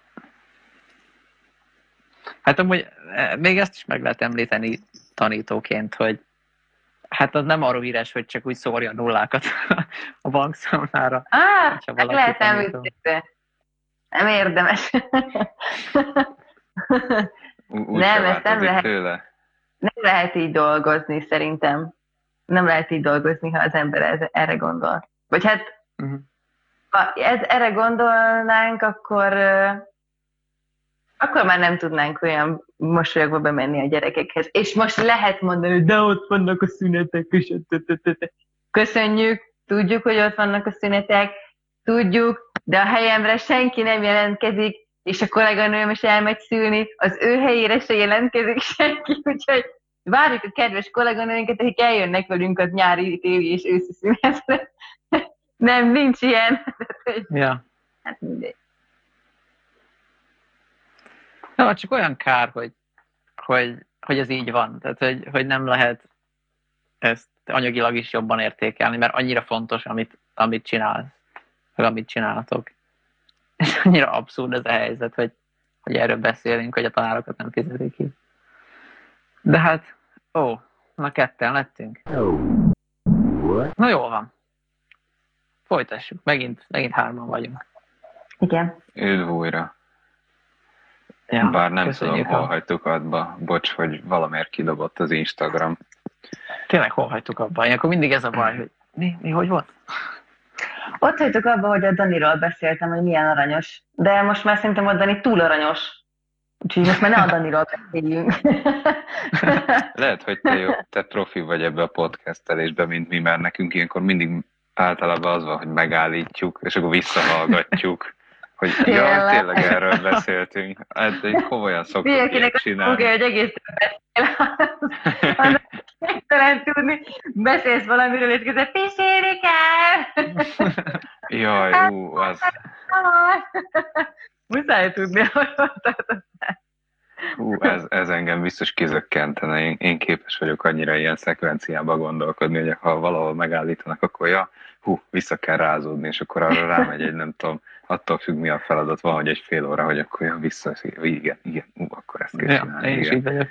Hát amúgy még ezt is meg lehet említeni tanítóként, hogy hát az nem arról híres, hogy csak úgy szórja a nullákat a bankszámlára. Meg lehet említeni, de nem érdemes. Nem, ezt nem lehet. Nem lehet így dolgozni, szerintem. Nem lehet így dolgozni, ha az ember erre gondol. Vagy hát, ha erre gondolnánk, akkor már nem tudnánk olyan mosolyogva bemenni a gyerekekhez. És most lehet mondani, de ott vannak a szünetek, és köszönjük, tudjuk, hogy ott vannak a szünetek, tudjuk, de a helyemre senki nem jelentkezik, és a kolléganőm is elmegy szülni, az ő helyére se jelentkezik senki, úgyhogy várjuk a kedves kolléganőinket, akik eljönnek velünk az nyári, téli és őszi szünetre. Nem, nincs ilyen. Ja. Hát mindegy. No, csak olyan kár, hogy ez így van. Tehát, hogy nem lehet ezt anyagilag is jobban értékelni, mert annyira fontos, amit csinálsz, vagy amit csináltok. És annyira abszurd ez a helyzet, hogy erről beszélünk, hogy a tanárokat nem fizetik ki. De hát, na ketten lettünk. Na jól van. Folytassuk. Megint hárman vagyunk. Igen. Üdv újra. Ja, bár nem tudom, hol hagytuk abba. Bocs, hogy valamiért kidobott az Instagram. Tényleg hol hagytuk abba? Akkor mindig ez a baj, hogy mi hogy volt? Ott hagytuk abba, hogy a Daniról beszéltem, hogy milyen aranyos. De most már szerintem a Dani túl aranyos. Úgyhogy most már ne a Daniról beszéljünk. Lehet, hogy te profi vagy ebbe a podcastelésbe, mint mi, mert nekünk ilyenkor mindig általában az van, hogy megállítjuk, és akkor visszahallgatjuk, hogy tényleg erről beszéltünk. Hát egy komolyan szoktuk ilyet csinálni. Hogy egész beszél. Megtalán tudni, beszélsz valamiről, és közben pisélni kell. Jaj, az... Muszáj tudni, hogy tartottál. Ez engem biztos kizökkentene. Én képes vagyok annyira ilyen szekvenciába gondolkodni, hogy ha valahol megállítanak, akkor vissza kell rázódni, és akkor arra rámegy egy, nem tudom, attól függ, mi a feladat, van, hogy egy fél óra, hogy akkor vissza, igen, akkor ezt kell csinálni. Én is így vagyok.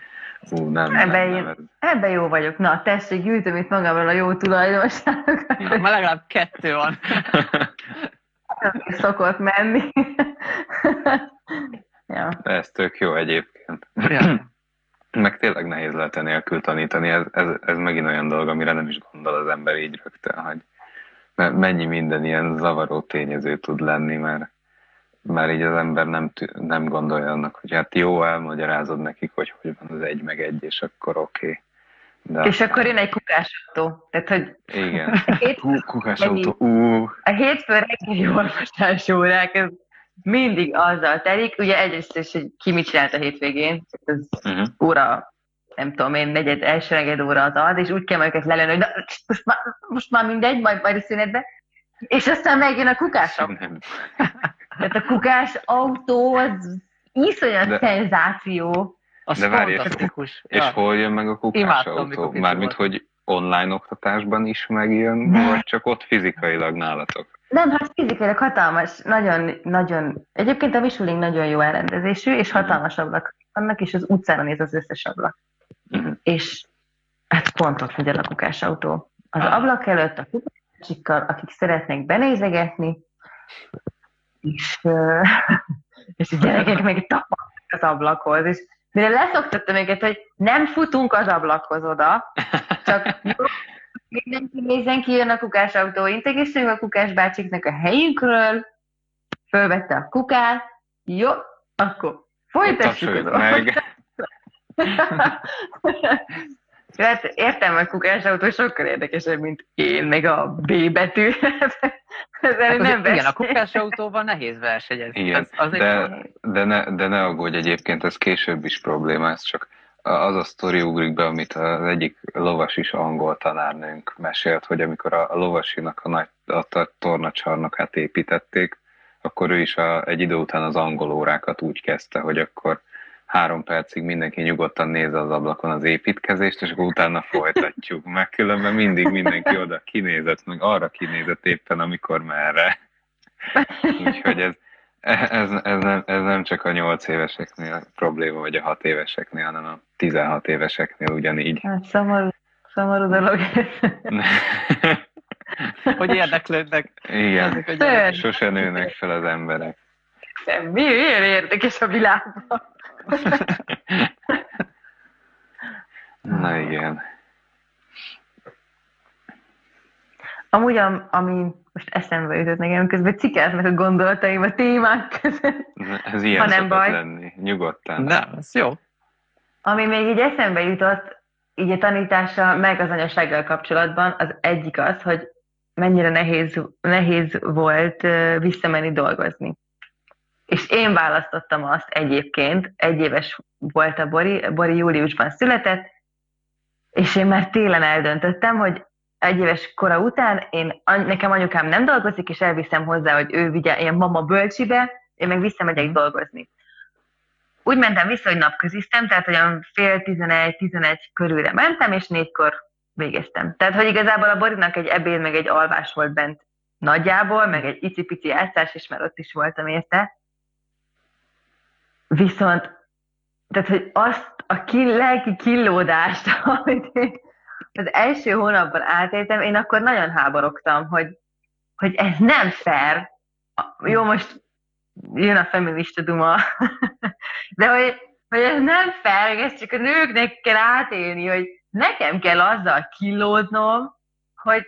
Ebben jó vagyok. Na, tessék, gyűjtöm itt magamról a jó tulajdonságokat. Már legalább 2 van. Szokott menni. Ja. De ez tök jó egyébként. Ja. Meg tényleg nehéz lehet nélkül tanítani. Ez megint olyan dolog, amire nem is gondol az ember így rögtön, hogy mennyi minden ilyen zavaró tényező tud lenni, mert így az ember nem gondolja annak, hogy hát jó, elmagyarázod nekik, hogy van az 1 meg 1, és akkor oké. De És akkor jön egy kukásautó. Tehát, hogy igen. Kukásautó, a hétfő reggeli olvasási órák, ez mindig azzal telik. Ugye egyrészt is, hogy ki mit csinált a hétvégén. Ez óra, nem tudom én, első óra az ad, és úgy kell majd őket lelőni, hogy most már mindegy, majd a szünetbe. És aztán megjön a kukásautó. Tehát a kukásautó az iszonyat szenzáció. Az de várj, fantasztikus. és hol jön meg a kukásautó? Mármint, hogy online oktatásban is megjön, vagy csak ott fizikailag nálatok? Nem, hát fizikailag hatalmas, nagyon, egyébként a Misuling nagyon jó elrendezésű, és hatalmas ablak vannak, és az utcára néz az összes ablak. És hát pont ott megy a kukásautó. Az ablak előtt a kukásikkal, akik szeretnék benézegetni, és a gyerekek meg tapadnak az ablakhoz, és mire leszoktattam őket, hogy nem futunk az ablakhoz oda, csak mindenki nézzen ki, jön a kukásautó, integessék a kukás bácsiknak a helyünkről, fölvette a kukát, jó, akkor folytassuk az meg. Hát értem, hogy kukásautó sokkal érdekesebb, mint én, meg a B betű. Igen, a kukásautóval nehéz versenyezni. Igen, de ne aggódj, egyébként ez később is probléma, ez csak az a sztori ugrik be, amit az egyik lovas is angol tanárnőnk mesélt, hogy amikor a lovasinak a tornacsarnokát építették, akkor ő is egy idő után az angol órákat úgy kezdte, hogy akkor 3 percig mindenki nyugodtan nézze az ablakon az építkezést, és akkor utána folytatjuk. Meg különben mindig mindenki oda kinézett, meg arra kinézett éppen, amikor merre. Úgyhogy ez nem csak a 8 éveseknél probléma, vagy a 6 éveseknél, hanem a 16 éveseknél ugyanígy. Hát szomorú dolog. Hogy érdeklődnek. Igen, sose nőnek fel az emberek. Miért érdekes a világban? Na igen. Amúgy, ami most eszembe jutott nekem, közben cikáznak a gondolataim a témák között. Ez ilyen szokott lenni, nyugodtan. Nem, ez jó. Ami még így eszembe jutott, így a tanítással, meg az anyasággal kapcsolatban, az egyik az, hogy mennyire nehéz volt visszamenni dolgozni. És én választottam azt egyébként, 1 éves volt a Bori júliusban született, és én már télen eldöntöttem, hogy 1 éves kora után nekem anyukám nem dolgozik, és elviszem hozzá, hogy ő vigye ilyen mama bölcsibe, én meg visszamegyek dolgozni. Úgy mentem vissza, hogy napköziztem, tehát olyan fél 11 körülre mentem, és 4-kor végeztem. Tehát, hogy igazából a Borinak egy ebéd, meg egy alvás volt bent nagyjából, meg egy icipici játszás, és már ott is voltam érte. Viszont, tehát, hogy azt a lelki killódást, amit én az első hónapban átéltem, én akkor nagyon háborogtam, hogy ez nem fair. Jó, most jön a feminista duma, de hogy ez nem fair, ez csak a nőknek kell átélni, hogy nekem kell azzal killódnom, hogy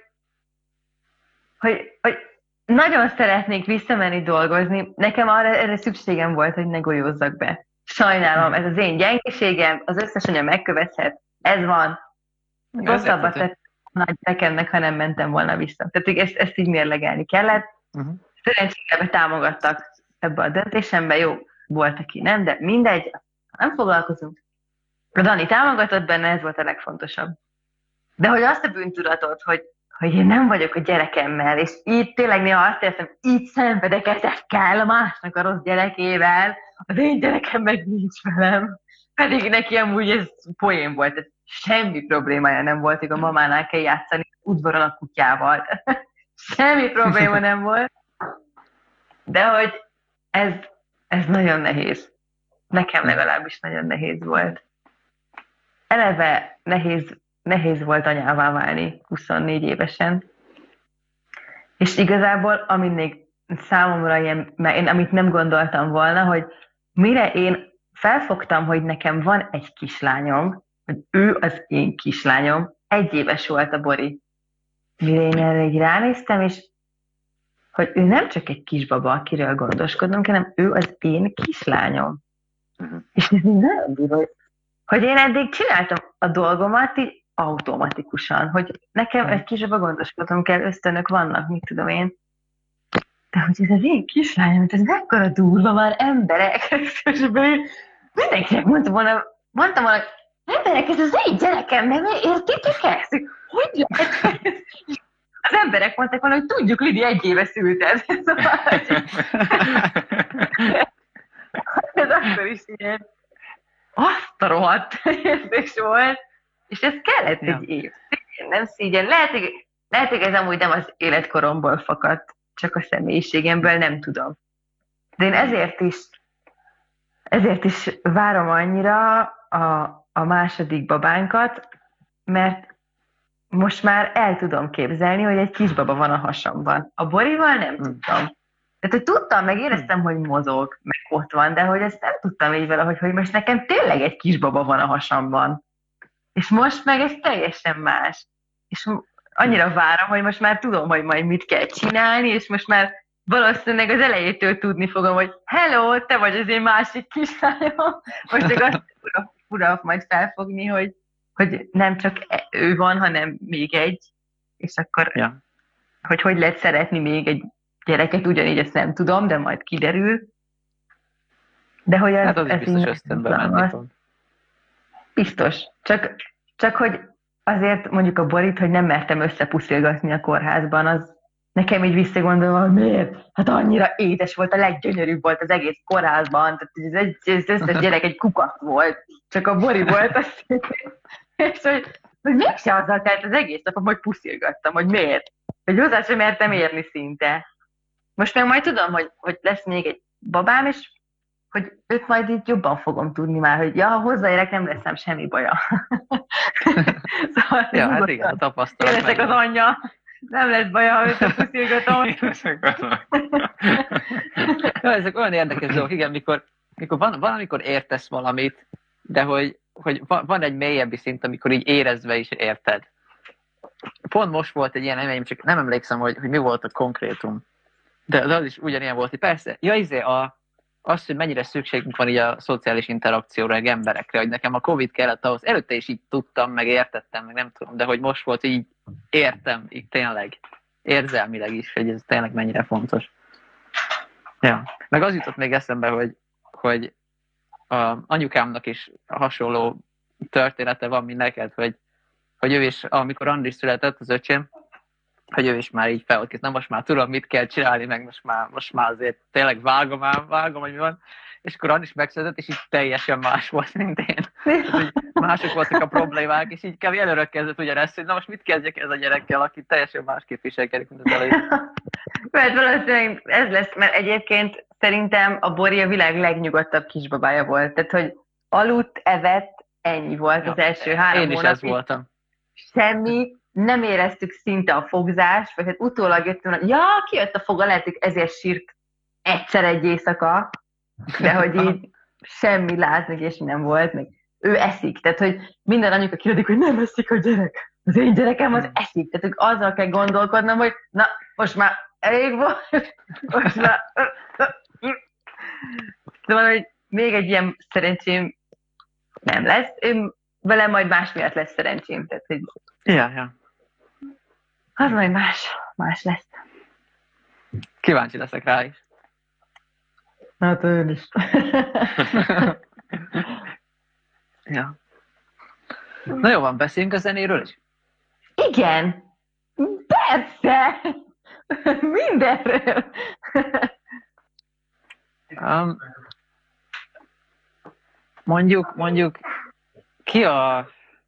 nagyon szeretnék visszamenni dolgozni, nekem erre szükségem volt, hogy ne golyózzak be. Sajnálom, ez az én gyengeségem, az összes anya megkövethet, ez van. Rosszabbat tett nagy gyerekemnek, ha nem mentem volna vissza. Tehát ezt így mérlegelni kellett. Szerencsére támogattak ebbe a döntésembe, jó, volt, aki nem, de mindegy, nem foglalkozunk. A Dani támogatott benne, ez volt a legfontosabb. De hogy azt a bűntudatot, hogy én nem vagyok a gyerekemmel, és így tényleg néha azt érzem, így szenvedek ezekkel a másnak a rossz gyerekével, az én gyerekem meg nincs velem. Pedig neki amúgy ez poén volt, ez semmi problémája nem volt, hogy a mamánál kell játszani udvaron a kutyával. Semmi probléma nem volt. De hogy ez nagyon nehéz. Nekem legalábbis nagyon nehéz volt. Eleve nehéz volt anyává válni 24 évesen. És igazából, ami még számomra ilyen, amit nem gondoltam volna, hogy mire én felfogtam, hogy nekem van egy kislányom, hogy ő az én kislányom, 1 éves volt a Bori. Mire én erre így ránéztem, és hogy ő nem csak egy kisbaba, akiről gondoskodnom, hanem ő az én kislányom. És ez nagyon durva, hogy én eddig csináltam a dolgomat így automatikusan, hogy nekem egy kisebben gondoskodnom kell, ösztönök vannak, mit tudom én. De hogy ez az én kislányom, ez mekkora durva már emberek, mindenkinek mondtam volna, emberek, ez az én gyerekem, meg értitek ezt? Hogy lehet? Az emberek mondták volna, hogy tudjuk, Lidi 1 éve szülted. Ez akkor is ilyen azt a rohadt érzés volt, és ez kellett egy év. Nem szígyen. Lehet, hogy ez amúgy nem az életkoromból fakadt, csak a személyiségemből, nem tudom. De én ezért is várom annyira a második babánkat, mert most már el tudom képzelni, hogy egy kisbaba van a hasamban. A Borival nem tudtam. Tehát, hogy tudtam, meg éreztem, hogy mozog, meg ott van, de hogy ezt nem tudtam így vele, hogy most nekem tényleg egy kisbaba van a hasamban. És most meg ez teljesen más. És annyira várom, hogy most már tudom, hogy majd mit kell csinálni, és most már valószínűleg az elejétől tudni fogom, hogy hello, te vagy az én másik kislányom. Most csak azt fura majd felfogni, hogy nem csak ő van, hanem még egy, és akkor hogy lehet szeretni még egy gyereket, ugyanígy ezt nem tudom, de majd kiderül. De hogy hát az is biztos ösztönbe menni. Biztos. Csak hogy azért mondjuk a Borit, hogy nem mertem összepuszilgatni a kórházban, az nekem így visszagondolva, hogy miért? Hát annyira édes volt, a leggyönyörűbb volt az egész kórházban, tehát az összes gyerek egy kukac volt, csak a Bori volt az és hogy mégse azzal telt az egész napom, hogy puszilgattam, hogy miért? Hogy hozzá sem mertem érni szinte. Most meg majd tudom, hogy lesz még egy babám, és hogy őt majd így jobban fogom tudni már, hogy ha hozzáérek, nem leszem semmi baja. Szóval hát igen, a tapasztalat. Én leszek az anyja. Nem lesz baja, ha összepuszilgatom. Ezek olyan érdekes dolgok, igen, mikor van, amikor értesz valamit, de hogy van egy mélyebbi szint, amikor így érezve is érted. Pont most volt egy ilyen élményem, csak nem emlékszem, hogy mi volt a konkrétum. De az is ugyanilyen volt, hogy persze, az, hogy mennyire szükségünk van így a szociális interakcióra, meg emberekre, hogy nekem a Covid kellett ahhoz, előtte is így tudtam, meg értettem, meg nem tudom, de hogy most volt, hogy így értem, így tényleg, érzelmileg is, hogy ez tényleg mennyire fontos. Ja. Meg az jutott még eszembe, hogy a anyukámnak is hasonló története van, mint neked, hogy ő is, amikor Andris született, az öcsém, hogy ő is már így fel volt kész, most már tudom, mit kell csinálni, meg most már azért tényleg vágom, hogy mi van. És akkor Andris megszületett, és így teljesen más volt, mint én. Tehát, mások voltak a problémák, és így kb. Előrökkezett ugyanezt, hogy na most mit kezdjek ez a gyerekkel, aki teljesen másképp viselkedik, mint az előtt. Mert valószínűleg ez lesz, mert egyébként szerintem a Bori a világ legnyugodtabb kisbabája volt. Tehát, hogy aludt, evett, ennyi volt az első 3 hónapig. Én is ez voltam. Semmi, nem éreztük szinte a fogzást, vagy hát utólag jöttünk, hogy kijött a foga, lehet, hogy ezért sírt egyszer egy éjszaka, de hogy így semmi láznyegés nem volt, meg ő eszik, tehát hogy minden anyuka kérdik, hogy nem eszik a gyerek, az én gyerekem az eszik, tehát hogy azzal kell gondolkodnom, hogy na, most már elég volt, most már szóval, hogy még egy ilyen szerencsém nem lesz, én velem majd más miatt lesz szerencsém, tehát hogy ja. Az majd más lesz. Kíváncsi leszek rá is. Hát én is. Ja. Na jó van, beszéljünk a zenéről is? Igen! Persze! Mindenről! Mondjuk ki a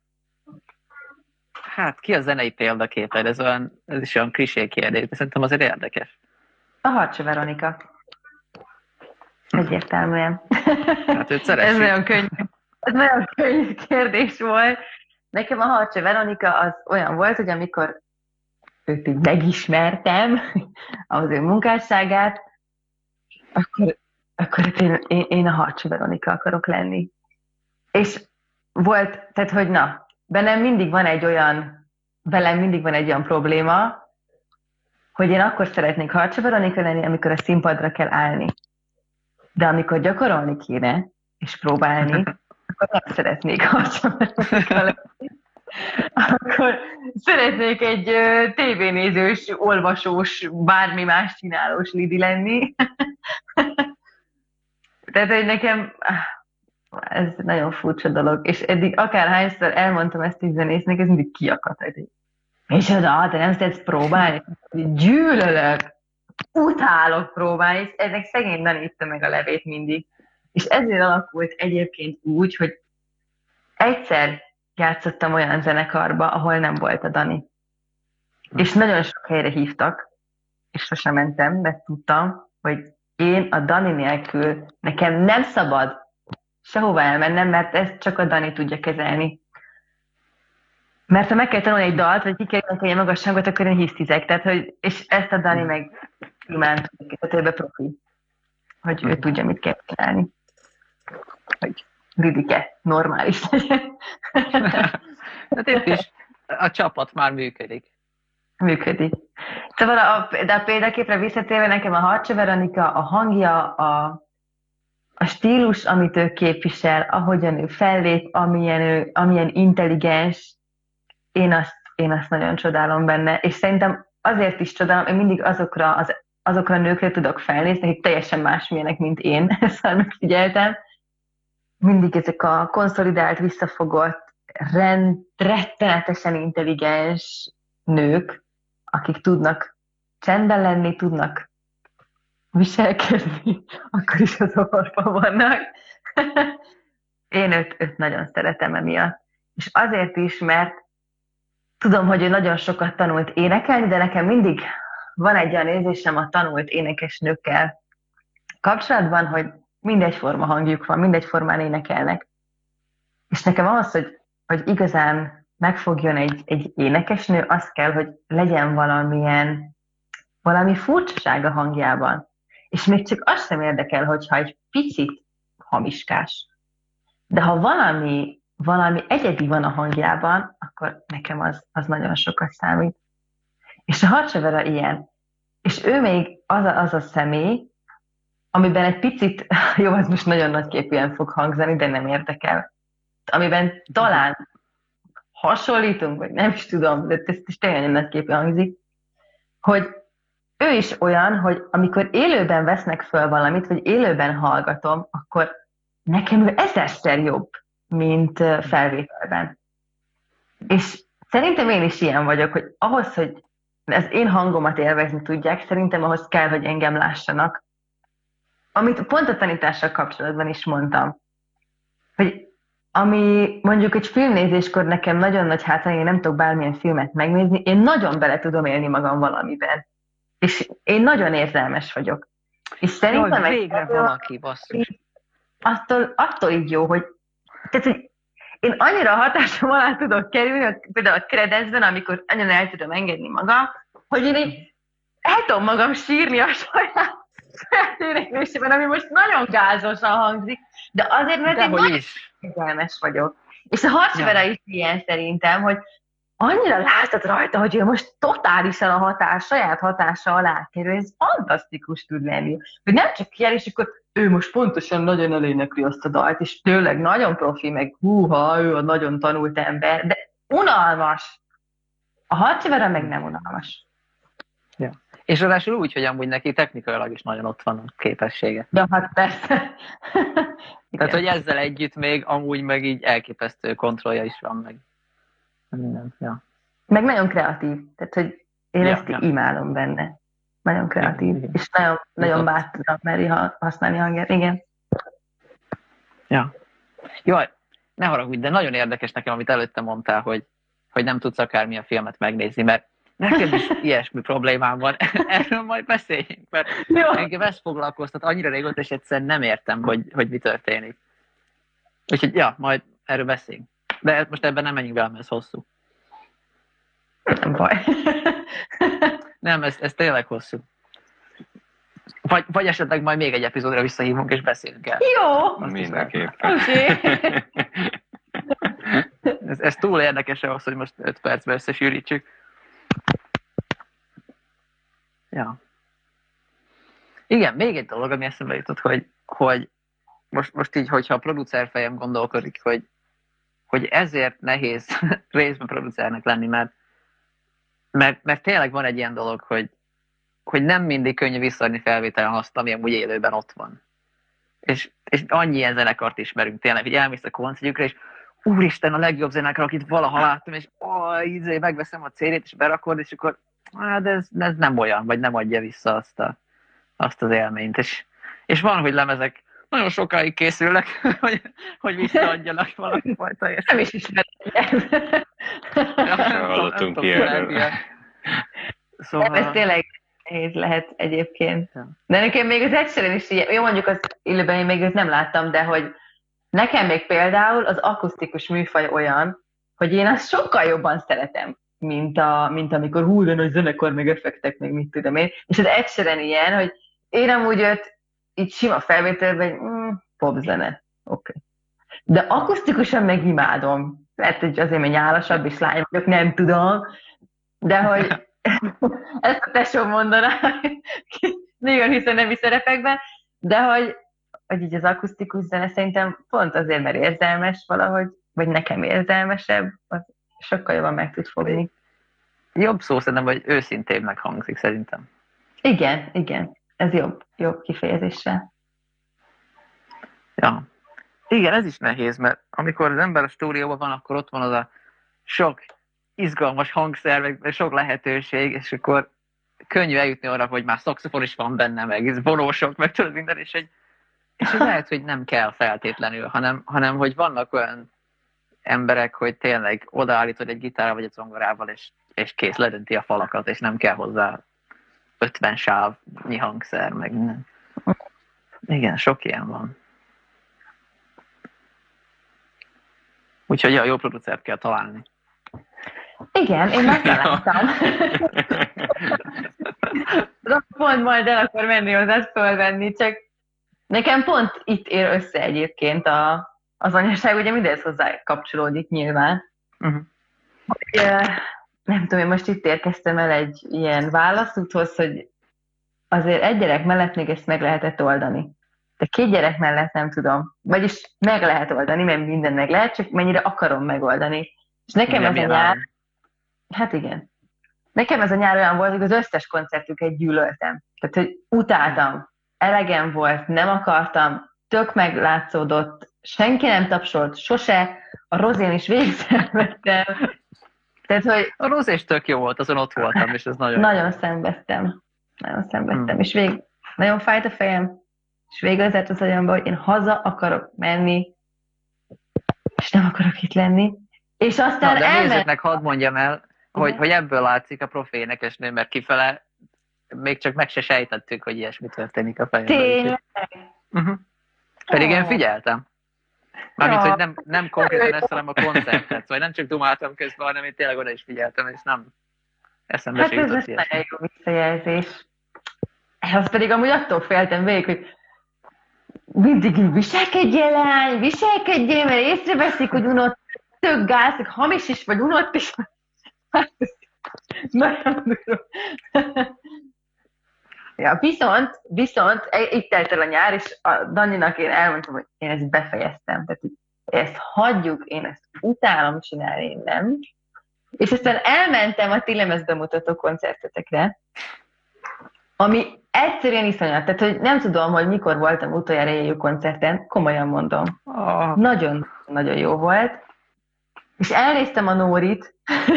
zenei példaképed? Ez is olyan klisé kérdés, de szerintem azért érdekes. A Harcsa Veronika. Egyértelműen. Hát őt szeressük. Ez nagyon könnyű kérdés volt. Nekem a Harcsa Veronika az olyan volt, hogy amikor őt így megismertem, az ő munkásságát, akkor én a Harcsa Veronika akarok lenni. És volt, tehát hogy velem mindig van egy olyan probléma, hogy én akkor szeretnék Harcsa Veronika lenni, amikor a színpadra kell állni. De amikor gyakorolni kéne, és próbálni, akkor nem szeretnék Harcsa Veronika lenni. akkor szeretnék egy tévénézős, olvasós, bármi más csinálós Lidi lenni. Tehát, hogy nekem ez nagyon furcsa dolog, és eddig akárhányszor elmondtam ezt a zenésznek, ez mindig kiakadt. Hogy micsoda, te nem szeretsz próbálni? Gyűlölök, utálok próbálni, és ennek szegény Dani itta meg a levét mindig. És ezért alakult egyébként úgy, hogy egyszer játszottam olyan zenekarba, ahol nem volt a Dani. És nagyon sok helyre hívtak, és sosem mentem, mert tudtam, hogy én a Dani nélkül nekem nem szabad sehova elmennem, mert ezt csak a Dani tudja kezelni. Mert ha meg kell tanulni egy dalt, vagy ki kell jönni egy magasságot, akkor én hisztizek. Tehát, hogy, és ezt a Dani meg imánt, tehát ő profi, hogy ő tudja, mit kell csinálni. Hogy Ridike normális legyen. Hát itt is a csapat már működik. Működik. Szóval de a példaképre visszatérve nekem a Harcsa Veronika, a hangja, a stílus, amit ő képvisel, ahogyan ő fellép, amilyen intelligens, én azt nagyon csodálom benne, és szerintem azért is csodálom, én mindig azokra a nőkre tudok felnézni, akik teljesen másmilyenek, mint én, ezt már megfigyeltem. Mindig ezek a konszolidált, visszafogott, rettenetesen intelligens nők, akik tudnak csendben lenni, tudnak viselkedni, akkor is az zavarban vannak. Én őt nagyon szeretem emiatt. És azért is, mert tudom, hogy ő nagyon sokat tanult énekelni, de nekem mindig van egy olyan érzésem a tanult énekesnőkkel kapcsolatban, hogy mindegyforma hangjuk van, mindegyformán énekelnek. És nekem ahhoz, hogy igazán megfogjon egy énekesnő, az kell, hogy legyen valami furcsaság a hangjában. És még csak az sem érdekel, hogyha egy picit hamiskás. De ha valami egyedi van a hangjában, akkor nekem az nagyon sokat számít. És a Harcsa Vera ilyen. És ő még az a személy, amiben egy picit, jó, az most nagyon nagyképűen fog hangzani, de nem érdekel. Amiben talán hasonlítunk, vagy nem is tudom, de ez tényleg nagyképűen hangzik, hogy ő is olyan, hogy amikor élőben vesznek föl valamit, vagy élőben hallgatom, akkor nekem ő ezerszer jobb, mint felvételben. És szerintem én is ilyen vagyok, hogy ahhoz, hogy az én hangomat élvezni tudják, szerintem ahhoz kell, hogy engem lássanak. Amit pont a tanítással kapcsolatban is mondtam, hogy ami mondjuk egy filmnézéskor nekem nagyon nagy hátrány, én nem tudok bármilyen filmet megnézni, én nagyon bele tudom élni magam valamiben. És én nagyon érzelmes vagyok. És szerintem végre valaki, basszus. Attól így jó, hogy én annyira hatásom alá tudok kerülni, például a Credence-ben, amikor nagyon el tudom engedni magam, hogy én így el tudom magam sírni a saját éneklésében, ami most nagyon gázosan hangzik, de azért, mert én nagyon érzelmes vagyok. És a Harcsa Vera is ilyen szerintem, hogy annyira látod rajta, hogy ő most totálisan saját hatása alá kerül, ez fantasztikus tud lenni. Hogy nem csak jel, és akkor ő most pontosan nagyon elénekli azt a dalt, és tényleg nagyon profi, meg húha, ő a nagyon tanult ember, de unalmas. A Harcsa Vera meg nem unalmas. Ja. És ráadásul úgy, hogy amúgy neki technikailag is nagyon ott van a képessége. Ja, hát persze. Tehát, hogy ezzel együtt még amúgy meg így elképesztő kontrollja is van meg. Minden, ja. Meg nagyon kreatív, tehát hogy én ezt imádom benne. Nagyon kreatív, igen. És nagyon bátran meri használni hangját, igen. Ja. Jaj, ne haragudj, de nagyon érdekes nekem, amit előtte mondtál, hogy nem tudsz akármilyen filmet megnézni, mert nekem is ilyesmi problémám van. Erről majd beszéljünk, mert engem ezt foglalkoztat annyira régóta, és egyszerűen nem értem, hogy mi történik. Úgyhogy ja, majd erről beszéljünk. De most ebben nem menjünk bele, mert ez hosszú. Nem baj. Nem, ez tényleg hosszú. Vagy esetleg majd még egy epizódra visszahívunk, és beszélünk el. Jó! Mindenképpen. Ez túl érdekes ahhoz, hogy most 5 percbe összesűrítsük. Ja. Igen, még egy dolog, ami eszembe jutott, hogy most így, hogyha a producer fejem gondolkodik, hogy hogy ezért nehéz részben producernek lenni, mert tényleg van egy ilyen dolog, hogy nem mindig könnyű visszaadni felvételen azt, ami amúgy élőben ott van. És annyi ilyen zenekart ismerünk tényleg, hogy elmész a koncertjükre, és úristen, a legjobb zenekar, akit valaha láttam, és megveszem a CD-t, és berakod, és akkor de ez nem olyan, vagy nem adja vissza azt az élményt. És van, hogy lemezek nagyon sokáig készülnek, hogy visszaadjanak valami fajta értelmet. Nem is ismerem. Hallottunk ilyenről. Szóval... Ez tényleg nehéz lehet egyébként. De nekem még az egyszerűen is ilyen, jó mondjuk az élőben én még őt nem láttam, de hogy nekem még például az akusztikus műfaj olyan, hogy én azt sokkal jobban szeretem, mint amikor de nagy zenekar, meg effektek, meg mit tudom én. És az egyszerűen ilyen, hogy én amúgy őt így sima felvételben, popzene, oké. De akusztikusan meg imádom. Lehet, hogy azért, mert nyálasabb és lány vagyok, nem tudom. De hogy ezt a tesóm mondaná, nagyon hiszen nemi szerepekben, de hogy így az akusztikus zene szerintem pont azért, mert érzelmes valahogy, vagy nekem érzelmesebb, az sokkal jobban meg tud fogni. Jobb szó szerintem, hogy őszintébbnek hangzik szerintem. Igen. Ez jobb kifejezéssel. Ja. Igen, ez is nehéz, mert amikor az ember a stúdióban van, akkor ott van az a sok izgalmas hangszer, meg sok lehetőség, és akkor könnyű eljutni arra, hogy már szaxofon is van benne, meg vonósok, meg tudod minden, és lehet, hogy nem kell feltétlenül, hanem hogy vannak olyan emberek, hogy tényleg odaállítod egy gitárral vagy egy zongorával, és kész, ledönti a falakat, és nem kell hozzá 50 sávnyi hangszer, meg nem. Igen, sok ilyen van. Úgyhogy jó producert kell találni. Igen, én megtaláltam. Pont majd el akar menni hozzá fölvenni, csak nekem pont itt ér össze egyébként az anyaság, ugye mindez hozzá kapcsolódik nyilván. Nem tudom, én most itt érkeztem el egy ilyen válaszúthoz, hogy azért egy gyerek mellett még ezt meg lehetett oldani. De 2 gyerek mellett nem tudom. Vagyis meg lehet oldani, mert minden meg lehet, csak mennyire akarom megoldani. És nekem ez a nyár... Hát igen. Nekem ez a nyár olyan volt, hogy az összes koncertüket gyűlöltem. Tehát, hogy utáltam. Elegem volt, nem akartam, tök meglátszódott, senki nem tapsolt, sose. A Rozén is végigszenvedtem. Tehát, hogy... A Rozés tök jó volt, azon ott voltam, és ez nagyon szenvedtem. És nagyon fájt a fejem, és végül az lett az agyamba, hogy én haza akarok menni, és nem akarok itt lenni. És aztán de nézőknek hadd mondjam el, hogy ebből látszik a profi énekesnő, mert kifele még csak meg se sejtettük, hogy ilyesmi történik a fejemben. Tényleg? Pedig én figyeltem. Mármint, hogy nem konkrétan ezt, hanem a koncertet. Szóval nem csak dumáltam közben, hanem én tényleg oda is figyeltem, és nem eszembe se jutott ilyesmi. Hát ez nagyon jó visszajelzés. Az pedig amúgy attól féltem végig, hogy mindig így viselkedjél, lány, viselkedjél, mert észreveszik, hogy unott, tök gáz, hamis is vagy, unott is. Nagyon durva. Ja, viszont itt telt el a nyár, és a Daninak én elmondtam, hogy én ezt befejeztem. Tehát ezt hagyjuk, én ezt utálom csinálni, én nem. És aztán elmentem a ti lemezbemutató koncertetekre, ami egyszerűen iszonyat. Tehát, hogy nem tudom, hogy mikor voltam utoljára ilyen koncerten, komolyan mondom. Nagyon jó volt. És elnéztem a Nórit.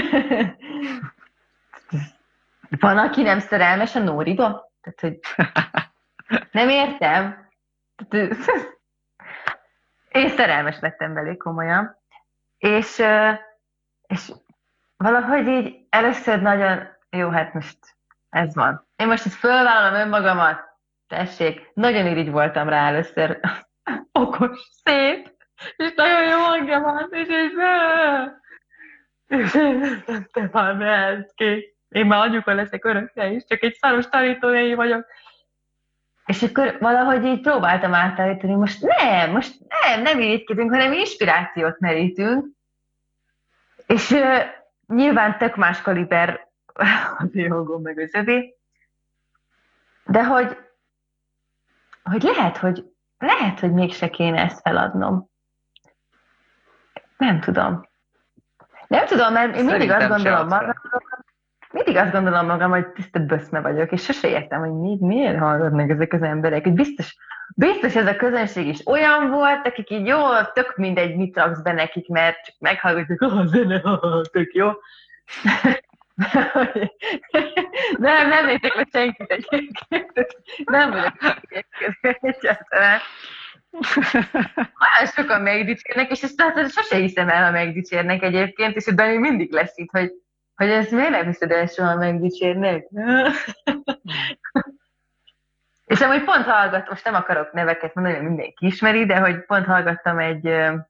Van, aki nem szerelmes a Nóriba? Tehát, hogy nem értem. Én szerelmes lettem belé komolyan. És valahogy így először nagyon jó, hát most ez van. Én most itt fölvállalom önmagamat. Tessék, nagyon irigy voltam rá először. Okos, szép, és nagyon jó hangja van, és te már mehetsz ki. Én már anyuka leszek örökre is, csak egy szaros tanítónéni vagyok. És akkor valahogy így próbáltam átállítani, most nem irigykedünk, hanem inspirációt merítünk. És nyilván tök más kaliber az én hangom meg az övé. De hogy lehet, hogy mégse kéne ezt feladnom. Nem tudom. Nem tudom, mert én mindig azt gondolom magam, hogy tiszta böszme vagyok, és sose értem, hogy miért hallgatnak ezek az emberek. Hogy biztos ez a közönség is olyan volt, akik így jó, tök mindegy, mit raksz be nekik, mert csak meghallgatjuk, a zene, tök jó. Nem értek le senkit egyébként. Nem vagyok egyáltalán. Olyan sokan megdicsérnek, és ezt látod, sose hiszem el, ha megdicsérnek egyébként, és bennem mindig lesz itt, hogy ezt miért nem hiszed el, soha megdicsérnek? És amúgy pont hallgattam, most nem akarok neveket mondani, hogy mindenki ismeri, de hogy pont hallgattam egy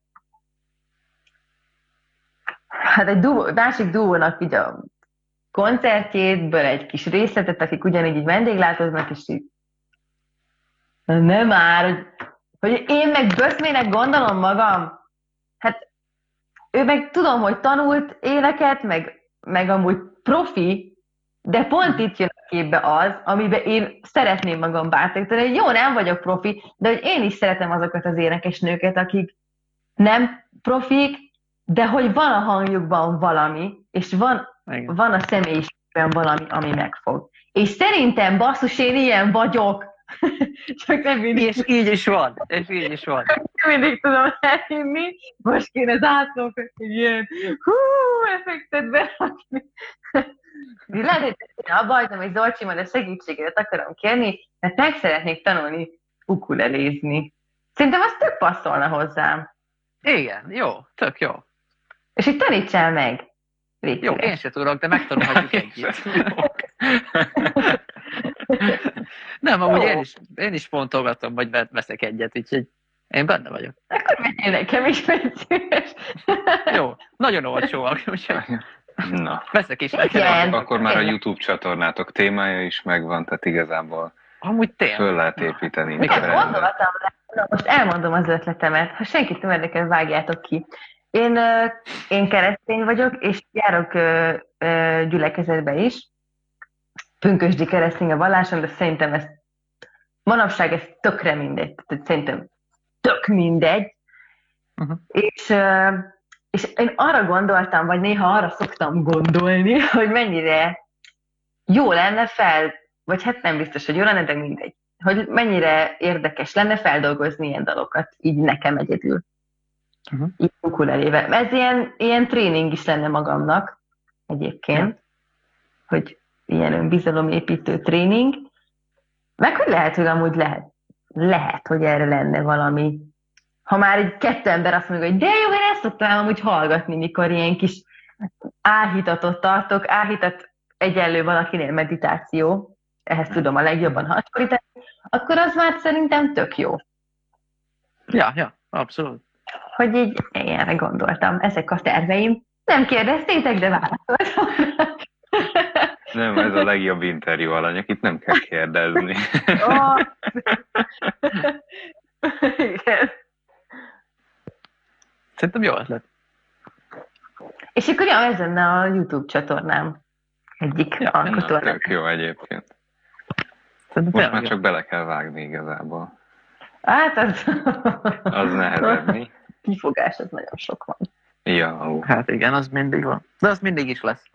másik duónak így a koncertjéből egy kis részletet, akik ugyanígy így vendéglátoznak, és így nem már, hogy én meg böszmének gondolom magam. Hát ő meg tudom, hogy tanult éneket, meg amúgy profi, de pont itt jön a képbe az, amiben én szeretném magam bátorítani, hogy jó, nem vagyok profi, de hogy én is szeretem azokat az énekesnőket, akik nem profik, de hogy van a hangjukban valami, és van a személyiségben valami, ami megfog. És szerintem, basszus, én ilyen vagyok. Csak nem mindig. És így is van. Nem mindig tudom elhinni. Most kéne zászlókat, hogy ilyen effektet berakni. Lehet, hogy én abba hagyom, hogy Zolcsi, majd a segítséget akarom kérni, mert meg szeretnék tanulni ukulelézni. Szerintem az tök passzolna hozzám. Igen, jó, tök jó. És így tanítsál meg. Jó, én se tudok, de megtanulhatjuk együtt. Nem, amúgy én is fontolgatom, vagy veszek egyet, úgyhogy én benne vagyok. Akkor menjél nekem is, szíves. Jó, nagyon olcsóak, úgyhogy na. Veszek is nekem. Akkor már a YouTube csatornátok témája is megvan, tehát igazából amúgy tényleg föl lehet építeni. Gondoltam, most elmondom az ötletemet, ha senkit nem érdekel, vágjátok ki. Én keresztény vagyok, és járok gyülekezetbe is. Pünkösdi keresztény a vallásom, de szerintem manapság ez tökre mindegy. Tehát szerintem tök mindegy. Uh-huh. És én arra gondoltam, vagy néha arra szoktam gondolni, hogy mennyire jó lenne vagy hát nem biztos, hogy jó lenne, de mindegy. Hogy mennyire érdekes lenne feldolgozni ilyen dalokat, így nekem egyedül. Uh-huh. Így ukulelével. Ez ilyen tréning is lenne magamnak egyébként, hogy ilyen önbizalomépítő tréning. Meg hogy lehet, hogy amúgy lehet, hogy erre lenne valami. Ha már egy 2 ember azt mondja, hogy de jó, én ezt szoktam amúgy hallgatni, mikor ilyen kis áhítatot tartok, áhítat egyenlő valakinél meditáció, ehhez tudom a legjobban hasonlítani, akkor az már szerintem tök jó. Ja, abszolút. Hogy így ilyenre gondoltam. Ezek a terveim. Nem kérdeztétek, de válaszoltam. Nem, ez a legjobb interjú alany, itt nem kell kérdezni. Igen. Szerintem jó ötlet. És akkor ez lenne a YouTube csatornám egyik alkotónak. Tök jó egyébként. Most már csak bele kell vágni igazából. Hát az nehezebb, mi? Kifogás, az nagyon sok van. Ja, hát igen, az mindig van. De az mindig is lesz.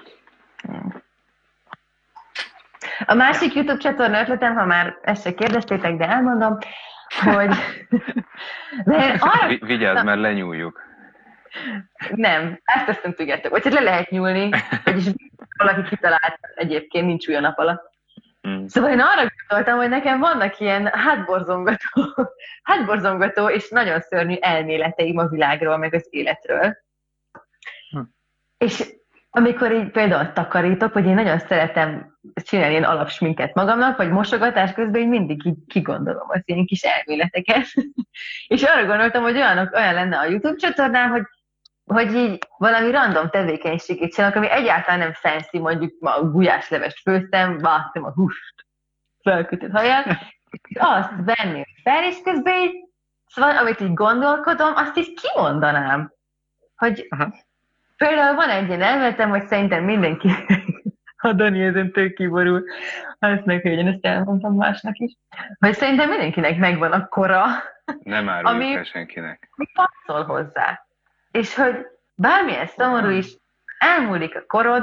A másik YouTube csatorna ötletem, ha már ezt se kérdeztétek, de elmondom, hogy... De vigyázz, mert lenyúljuk. Nem, ezt nem tudjátok. Vagy le lehet nyúlni, vagyis valaki kitalált, egyébként nincs új a nap alatt. Szóval én arra gondoltam, hogy nekem vannak ilyen hátborzongató és nagyon szörnyű elméleteim a világról, meg az életről. És amikor így például takarítok, vagy én nagyon szeretem csinálni ilyen alapsminket magamnak, vagy mosogatás közben én mindig így kigondolom az ilyen kis elméleteket. És arra gondoltam, hogy olyan lenne a YouTube csatornám, hogy így valami random tevékenységet csinálok, ami egyáltalán nem fancy, mondjuk ma a gulyáslevest főztem, vágtam a húst, felkötött hajjal, és azt venném fel, és közben így, szóval amit így gondolkodom, azt így kimondanám. Hogy például van egy ilyen elméletem, hogy szerintem mindenki, a Dani ezen tök kiborul, azt meg, hogy én ezt elmondtam másnak is, hogy szerintem mindenkinek megvan a kora, nem áruljuk el senkinek. Mi passzol hozzá. és hogy bármilyen szomorú is elmúlik a korod,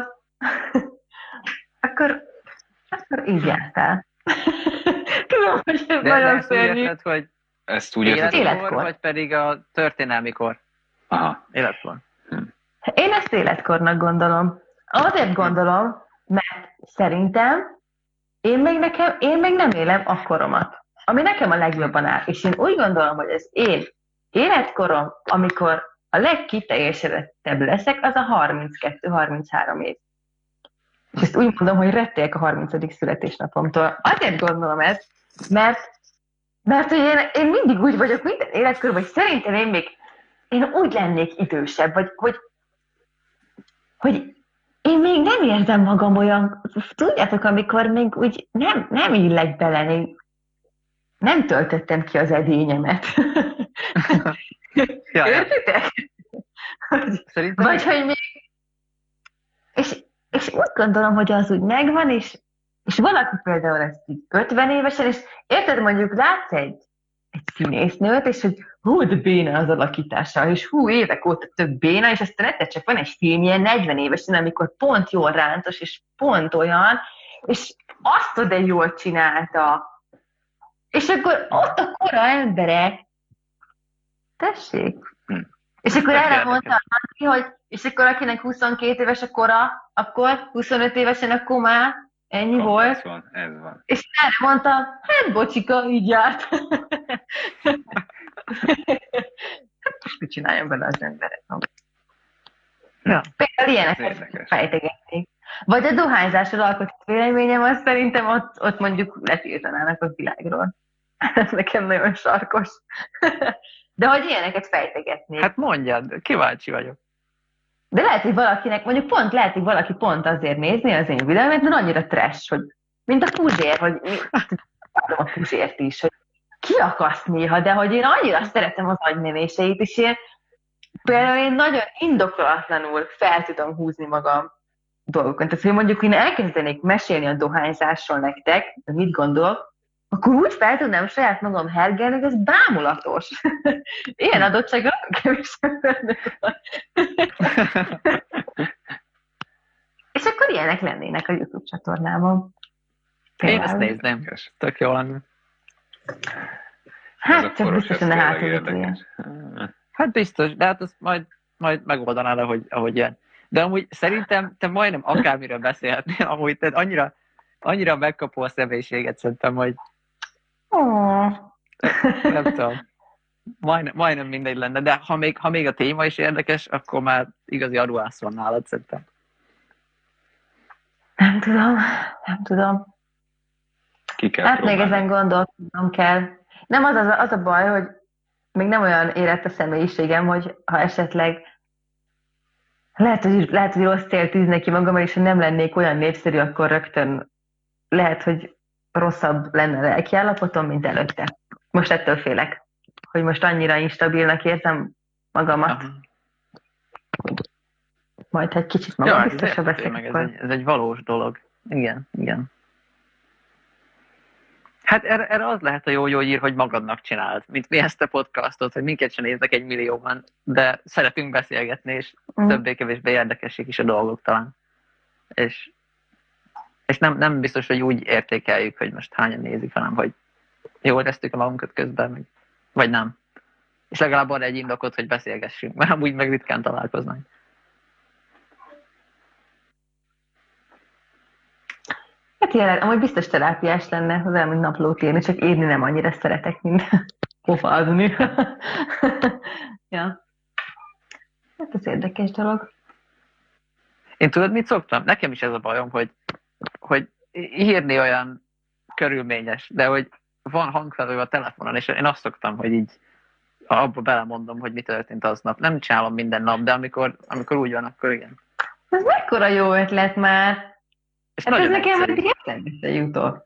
akkor így jártál. Tudom, hogy ez De nagyon ezt úgy szörnyű. érted, hogy Ezt úgy érted? Életkor. vagy pedig a történelmi kor? Aha. Életkor. Én ezt életkornak gondolom. Azért gondolom, mert szerintem én még nem élem a koromat, ami nekem a legjobban áll. És én úgy gondolom, hogy az én életkorom, amikor a legkiteljesedettebb leszek, az a 32-33 év. És ezt úgy mondom, hogy rettegek a 30. születésnapomtól. Azért gondolom ezt, mert hogy én mindig úgy vagyok minden életkorban, hogy szerintem én úgy lennék idősebb, hogy én még nem érzem magam olyan, tudjátok, amikor még úgy nem illek bele, nem töltöttem ki az edényemet. Értitek? Szerintem Vagy hogy még... És úgy gondolom, hogy az úgy megvan, és valaki például ezt így 50 évesen, és érted, mondjuk látsz egy színésznőt, és hogy hú, de béna az alakítása, és hú, évek óta több béna, és aztán egyszer csak van egy filmje 40 évesen, amikor pont jól ráncos, és pont olyan, és azt oda jól csinálta. És akkor ott a kora emberek, tessék. És akkor erre mondta hogy és akkor akinek 22 éves a kora, akkor 25 évesen akkor már ennyi volt. Ez van. És erre mondta, hát bocsika, így járt. Hát most mit csináljon bele az emberek? Ja. Például ilyeneket fejtegetnék. Vagy a dohányzásról alkotott véleményem, az szerintem ott mondjuk letiltanának a világról. Ez nekem nagyon sarkos. De hogy ilyeneket fejtegetnék. Hát mondjad, kíváncsi vagyok. De lehet, hogy valakinek, mondjuk lehet, hogy valaki pont azért nézni az én videómat, mert annyira trash, hogy mint a Puzsér, hogy a Puzsért is, hogy kiakaszt néha, de hogy én annyira szeretem az agymenéseit, és például én nagyon indokolatlanul fel tudom húzni magam dolgokat. Tehát, hogy mondjuk én elkezdenék mesélni a dohányzásról nektek, hogy mit gondolok, akkor úgy fel tudnám saját magam hergelni, hogy ez bámulatos. Ilyen adottsága kevés embernek van. És akkor ilyenek lennének a YouTube csatornámon. Én ezt nézném, tök jó lenne. Hát csak biztosan a hátulütője. Hát biztos, de hát azt majd megoldanád, ahogy jön. De amúgy szerintem te majdnem akármiről beszélhetnél, amúgy te annyira megkapó a személyiséget szerintem, hogy nem tudom. Majdnem mindegy lenne, de ha még a téma is érdekes, akkor már igazi aruhász van nálad szerintem. Nem tudom. Hát még ezen gondolkodnom kell. Nem az a baj, hogy még nem olyan érett a személyiségem, hogy ha esetleg lehet, hogy rossz cél tűznék ki magam, és ha nem lennék olyan népszerű, akkor rögtön lehet, hogy rosszabb lenne a lelkiállapotom, mint előtte. Most ettől félek, hogy most annyira instabilnak érzem magamat. Majd egy kicsit magabiztosabb leszek. Ez egy valós dolog. Igen. Hát erre az lehet a jó ír, hogy magadnak csináld, mint mi ezt a podcastot, hogy minket sem néznek 1 millióan, de szeretünk beszélgetni, és többé-kevésbé érdekesek is a dolgok talán. És nem biztos, hogy úgy értékeljük, hogy most hányan nézik, hanem hogy jól tesztük a magunkat közben, vagy nem. És legalább arra egy indokot, hogy beszélgessünk, mert amúgy meg ritkán találkoznánk. Hát jelenleg, amúgy biztos terápiás lenne, az olyan, mint naplót írni, csak írni nem annyira szeretek, mint pofázni. Ja. Hát ez érdekes dolog. Én tudod, mit szoktam? Nekem is ez a bajom, hogy írni olyan körülményes, de hogy van hangfelvő a telefonon, és én azt szoktam, hogy így abba belemondom, hogy mi történt aznap. Nem csinálom minden nap, de amikor úgy van, akkor igen. Ez mekkora jó ötlet már! És hát ez nekem egy eszembe jutott.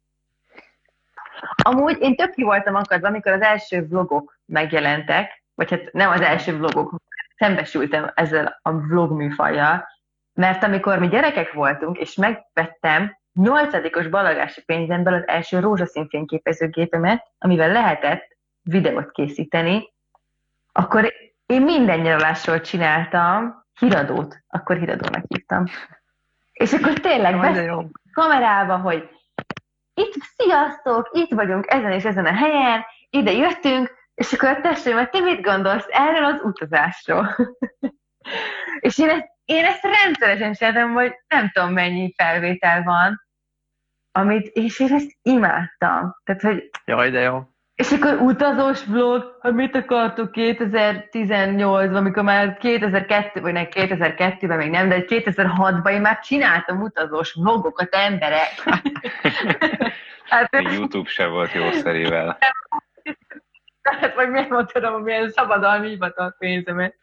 Amúgy én tök ki voltam akadva, amikor az első vlogok megjelentek, vagy hát nem az első vlogok, szembesültem ezzel a vlog műfajjal, mert amikor mi gyerekek voltunk, és megvettem 8-os balagási pénzemből az első rózsaszín fényképezőgépemet, amivel lehetett videót készíteni, akkor én minden nyaralásról csináltam híradót, akkor híradónak hívtam. És akkor tényleg beszélünk kamerába, hogy itt, sziasztok, itt vagyunk ezen és ezen a helyen, ide jöttünk, és akkor a testvérem, te mit gondolsz erről az utazásról? És én ezt rendszeresen csináltam, hogy nem tudom mennyi felvétel van, és én ezt imádtam. Tehát, hogy Jaj, de jó. és akkor utazós vlog, hogy mit akartok 2018-ban, amikor már 2002, vagy nem 2002-ben még nem, de 2006-ban én már csináltam utazós vlogokat, emberek. Hát, YouTube se volt jószerivel. Tehát, vagy miért mondtam, hogy milyen szabadalmi hivatal pénzemet.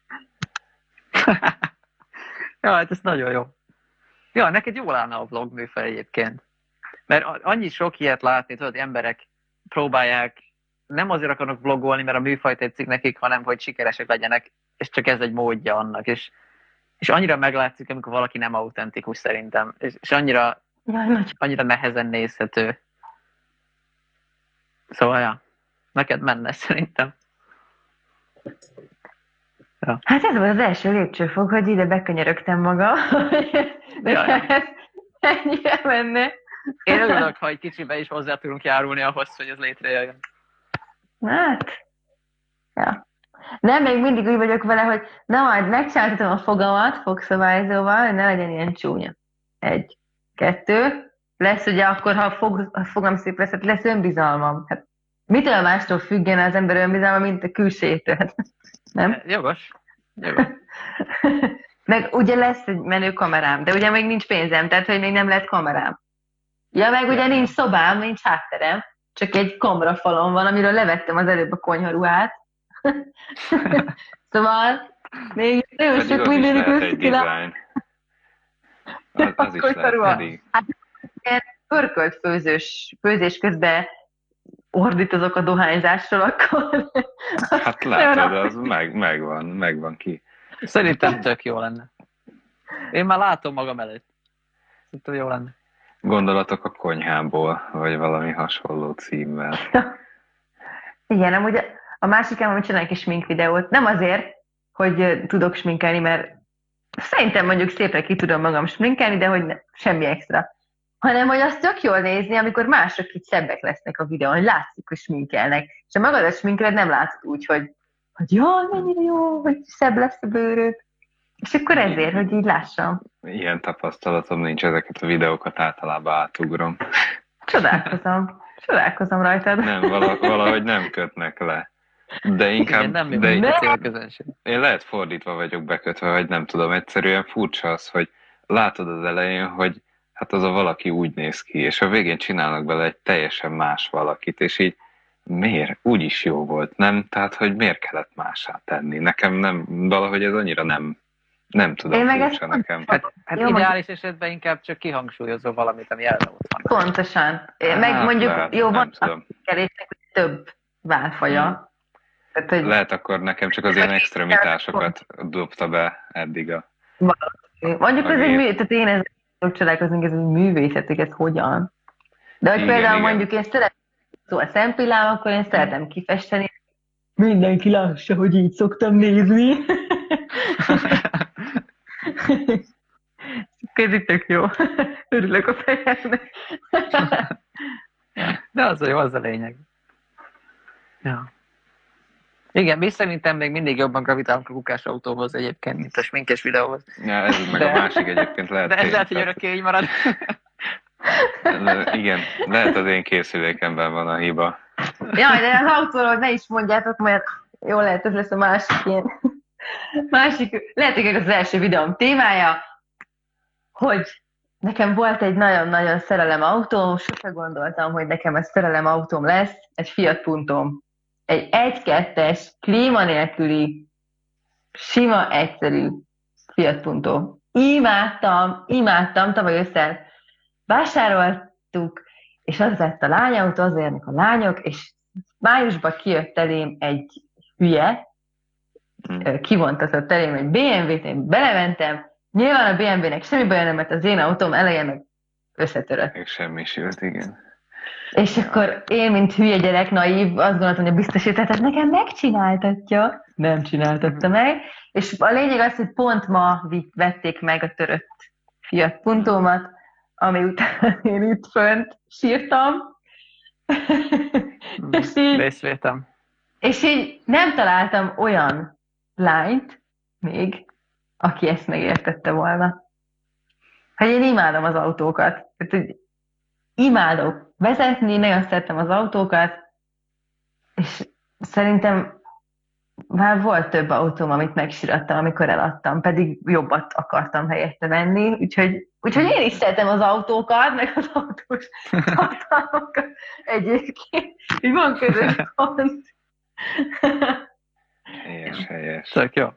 Ja, hát ez nagyon jó. Ja, neked jól állna a vlog műfaj egyébként. Mert annyi sok ilyet látni, tudod, emberek próbálják, nem azért akarnak vlogolni, mert a műfaj tetszik nekik, hanem hogy sikeresek legyenek, és csak ez egy módja annak. És annyira meglátszik, amikor valaki nem autentikus szerintem, és annyira nehezen nézhető. Szóval, ja, neked menne szerintem. Ja. Hát ez volt az első lépcsőfok, hogy ide bekönyörögtem magam, de ez ennyire menne. Én örülök, ha egy kicsibe is hozzá tudunk járulni ahhoz, hogy ez létrejöjjön. Hát, ja. Nem, még mindig úgy vagyok vele, hogy na majd megcsináltatom a fogamat fogszabályzóval, hogy ne legyen ilyen csúnya. 1, 2, lesz ugye akkor, ha a fogam szép lesz, hát lesz önbizalmam. Hát mitől mástól függene az ember önbizalma, mint a külsejétől? Nem? Jogos. Meg ugye lesz egy menő kamerám, de ugye még nincs pénzem, tehát hogy még nem lett kamerám. Ja, meg ugye nincs szobám, nincs hátterem, csak egy kamerafalon van, amiről levettem az előbb a konyharuhát. Szóval még nagyon sok mindenik összekilál. Az is lehet pedig. Hát ilyen pörkölt főzés közben ordítozok a dohányzásról, akkor... Hát látod, az megvan ki. Szerintem tök jó lenne. Én már látom magam előtt. Szerintem jó lenne. Gondolatok a konyhából, vagy valami hasonló címmel. Igen, amúgy a másikám, hogy csinálják egy sminkvideót, nem azért, hogy tudok sminkelni, mert szerintem mondjuk szépre ki tudom magam sminkelni, de hogy semmi extra. Hanem, hogy azt tök jól nézni, amikor mások így szebbek lesznek a videón, hogy látszik, hogy sminkelnek. És a magadat sminkeled nem látod úgy, hogy jaj, mennyire jó, hogy szebb lesz a bőröd. És akkor ezért, hogy így lássam. Ilyen tapasztalatom nincs, ezeket a videókat általában átugrom. Csodálkozom rajtad. Nem, valahogy nem kötnek le. De inkább... Igen, nem a közönség. Én lehet fordítva vagyok bekötve, vagy nem tudom, egyszerűen furcsa az, hogy látod az elején, hogy hát az a valaki úgy néz ki, és a végén csinálnak bele egy teljesen más valakit, és így miért? Úgyis jó volt, nem? Tehát, hogy miért kellett mássá tenni? Nekem nem, valahogy ez annyira nem tudom, furcsa nekem. Hát ideális esetben inkább csak kihangsúlyozol valamit, ami elve ott van. Pontosan. Meg mondjuk, lehet, jó, van kerésnek több válfaja. Tehát, hogy lehet akkor nekem csak az ilyen extremitásokat dobta be eddig a... Mondjuk ez tehát én ezzel tudok csodálkozni, ez egy művészet, ez hogyan. De hogy például mondjuk én szeretem a szempillám, akkor én szeretem kifesteni. Mindenki lássa, hogy így szoktam nézni. Ez tök jó. Örülök a fejemnek. De az a jó, az a lényeg. Ja. Igen, mi szerintem még mindig jobban gravitálunk a kukás autóhoz egyébként, mint a sminkes videóhoz. Ja, ez meg a másik egyébként lehet. De ez lehet, hogy örökké így marad. Igen, lehet az én készülékemben van a hiba. Jaj, de az autóról ne is mondjátok, mert jó lehet, ez lesz a másik ilyen. Lehet, hogy ez az első videóm témája, hogy nekem volt egy nagyon-nagyon szerelem autóm, sose gondoltam, hogy nekem ez szerelem autóm lesz, egy Fiat Puntom. Egy 1.2-es, klíma nélküli, sima, egyszerű Fiat Punto. Imádtam, tavaly ősszel vásároltuk, és az lett a lányautó, azért jönnek a lányok, és májusban kijött elém egy hülye, kivontatott elém egy BMW-t, én belementem, nyilván a BMW-nek semmi baj nem, mert az én autóm eleje meg összetörött. Még semmisült, igen. És akkor én, mint hülye gyerek, naív, azt gondoltam, hogy a biztosítást nekem megcsináltatja. nem csináltatta meg. És a lényeg az, hogy pont ma vették meg a törött Fiat Puntómat, ami után én itt fönt sírtam. Részvétem. És így nem találtam olyan lányt még, aki ezt megértette volna. Hogy én imádom az autókat. Tehát, hogy imádok vezetni, nagyon szeretem az autókat, és szerintem már volt több autóm, amit megsírattam, amikor eladtam, pedig jobbat akartam helyette venni, úgyhogy én is szeretem az autókat, meg az autós tartalmakat egyébként. Így van közös pont. Helyes. Tök jó.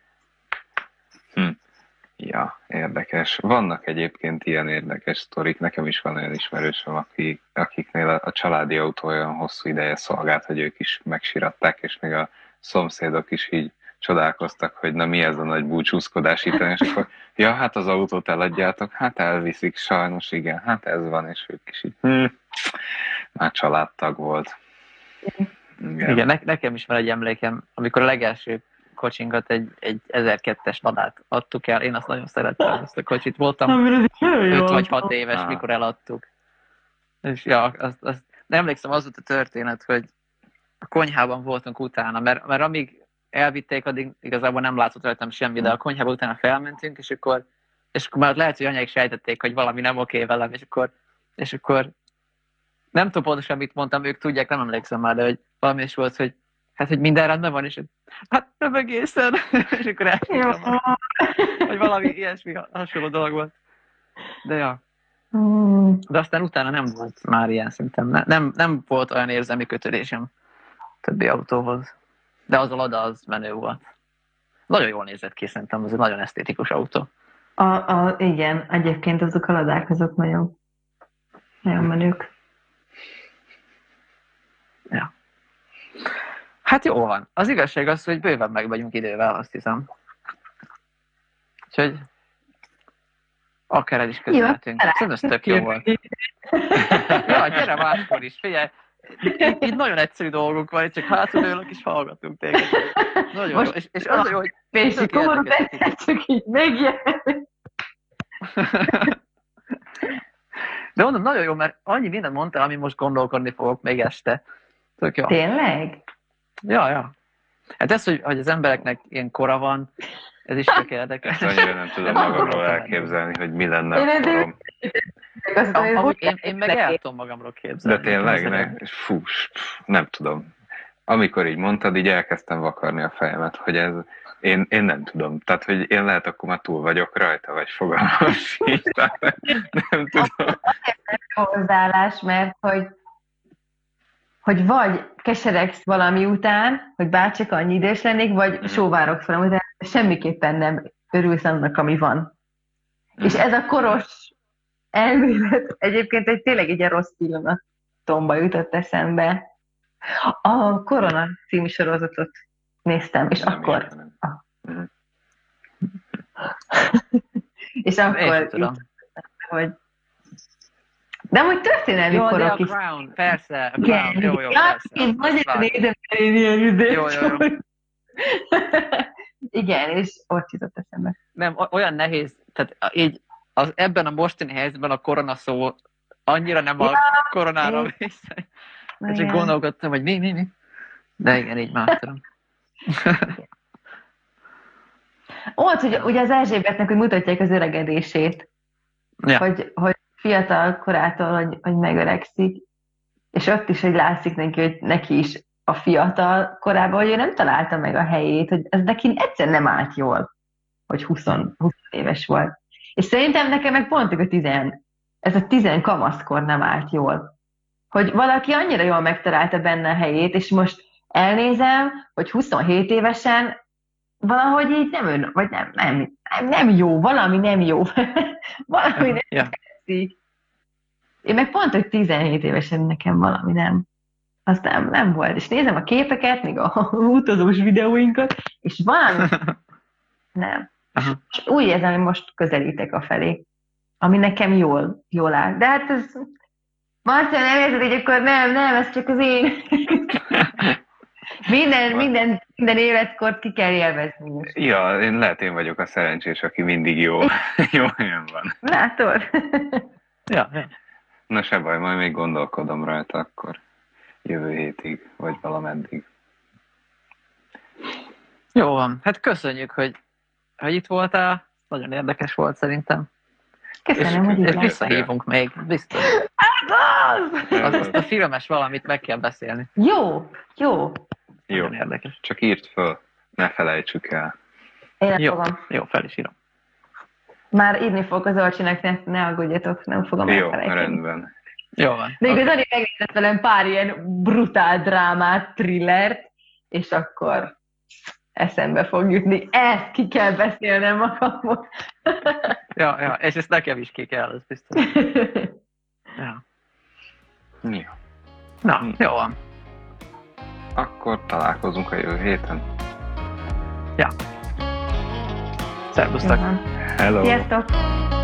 Ja, érdekes. Vannak egyébként ilyen érdekes sztorik. Nekem is van olyan ismerősöm, akiknél a családi autó olyan hosszú ideje szolgált, hogy ők is megsiratták, és még a szomszédok is így csodálkoztak, hogy na mi ez a nagy búcsúzkodás itt, és akkor ja, hát az autót eladjátok, hát elviszik, sajnos igen, hát ez van, és ők is így már családtag volt. Igen, nekem is van egy emlékem, amikor a legelső kocsinkat egy 1002-es Ladát adtuk el, én azt nagyon szerettem, ezt a kocsit. Voltam 5 vagy 6 éves, mikor eladtuk. És ja, azt emlékszem, az volt a történet, hogy a konyhában voltunk utána, mert amíg elvitték, addig igazából nem látszott rajtam semmi, de a konyhában utána felmentünk, és akkor már lehet, hogy anyáik sejtették, hogy valami nem oké velem, és akkor nem tudom pontosan, mit mondtam, ők tudják, nem emlékszem már, de hogy valami is volt, hogy hát, hogy minden rendben van, és hát nem egészen, és akkor elhívtam, hogy valami ilyesmi hasonló dolog volt. De ja. De aztán utána nem volt már ilyen szinten. Nem volt olyan érzelmi kötődésem többi autóhoz. De az a Lada az menő volt. Nagyon jól nézett ki, szerintem, az egy nagyon esztétikus autó. Igen, egyébként azok a Ladák, azok nagyon menők. Ja. Hát jó van. Az igazság az, hogy bőven meg vagyunk idővel, azt hiszem. Úgyhogy akár el is köszönhetünk. Szerintem ez tök jó volt. Ja, gyere máskor is. Figyelj, itt nagyon egyszerű dolgok van, csak hátul ülök és hallgatunk téged. Nagyon jó. És az a jó, hogy Pési komorút csak így megjelen. De mondom, nagyon jó, mert annyi mindent mondtál, ami most gondolkodni fogok még este. Tök jó. Tényleg? Ja. Hát ez, hogy az embereknek ilyen kora van, ez is tök érdekes. Ezt annyira nem tudom magamról elképzelni, hogy mi lenne a korom. Én meg el tudom magamról képzelni. De tényleg, fú, nem tudom. Amikor így mondtad, így elkezdtem vakarni a fejemet, hogy ez, én nem tudom. Tehát, hogy én lehet, akkor már túl vagyok rajta, vagy fogalmam sincs. Nem tudom. Hozzáállás, mert hogy vagy keseregsz valami után, hogy bárcsak annyi idős lennék, vagy sóvárogsz valami után, semmiképpen nem örülsz annak, ami van. És ez a koros elmélet egyébként tényleg egy rossz pillanatomba jutott eszembe. A Korona című sorozatot néztem, és akkor... és akkor... hogy de amúgy történelmi korok is. Jó, a Crown, persze. A Crown, jó, persze. Én nagyon nézem el ilyen időt. Jó. Igen, és ott jutott eszembe. Nem, olyan nehéz, tehát így ebben a mostani helyzetben a korona szó annyira nem a koronára vissza. Csak gondolkodtam, hogy mi. De igen, így már tudom. Ott, hogy ugye az Erzsébetnek, hogy mutatják az öregedését. Ja. Hogy fiatal korától, hogy megöregszik, és ott is, hogy látszik neki, hogy neki is a fiatal korában, hogy ő nem találta meg a helyét, hogy ez neki egyszer nem állt jól, hogy 20 éves volt. És szerintem nekem meg pont ez a 10 kamaszkor nem állt jól. Hogy valaki annyira jól megtalálta benne a helyét, és most elnézem, hogy 27 évesen valahogy így nem jó, valami nem jó. Valami nem tetszik. Én meg pont, hogy 17 évesen nekem valami nem. Az nem volt. És nézem a képeket, még a utazós videóinkat, és valami nem. És úgy érzem, hogy most közelítek a felé, ami nekem jól áll. De hát ez Marcia, nem érzed, hogy akkor nem, ez csak az én. Minden Minden életkort ki kell élvezni most. Ja, én vagyok a szerencsés, aki mindig jó helyen van. Látod? Ja. Na se baj, majd még gondolkodom rajta akkor jövő hétig, vagy valameddig. Jó van. Hát köszönjük, hogy itt voltál. Nagyon érdekes volt szerintem. Köszönöm, hogy itt És látsz. visszahívunk még, biztos. Azt a filmes valamit meg kell beszélni. Jó. Jó, Nagyon érdekes. csak írd föl, ne felejtsük el. Én fogom. Jó, fel is írom. Már írni fogok az Orcsinak, ne aggódjatok, nem fogom Jó, elfelejteni. rendben. Jó van. De igaz, Ani megnézett velem pár ilyen brutál drámát, thrillert, és akkor eszembe fog jutni. Ezt ki kell beszélnem magamból. Ja, és ezt nekem is ki kell, ez biztos. Ja. Jó. Na, jó van. Akkor találkozunk a jövő héten. Szervusztok. Jó van. Hello! Sziasztok!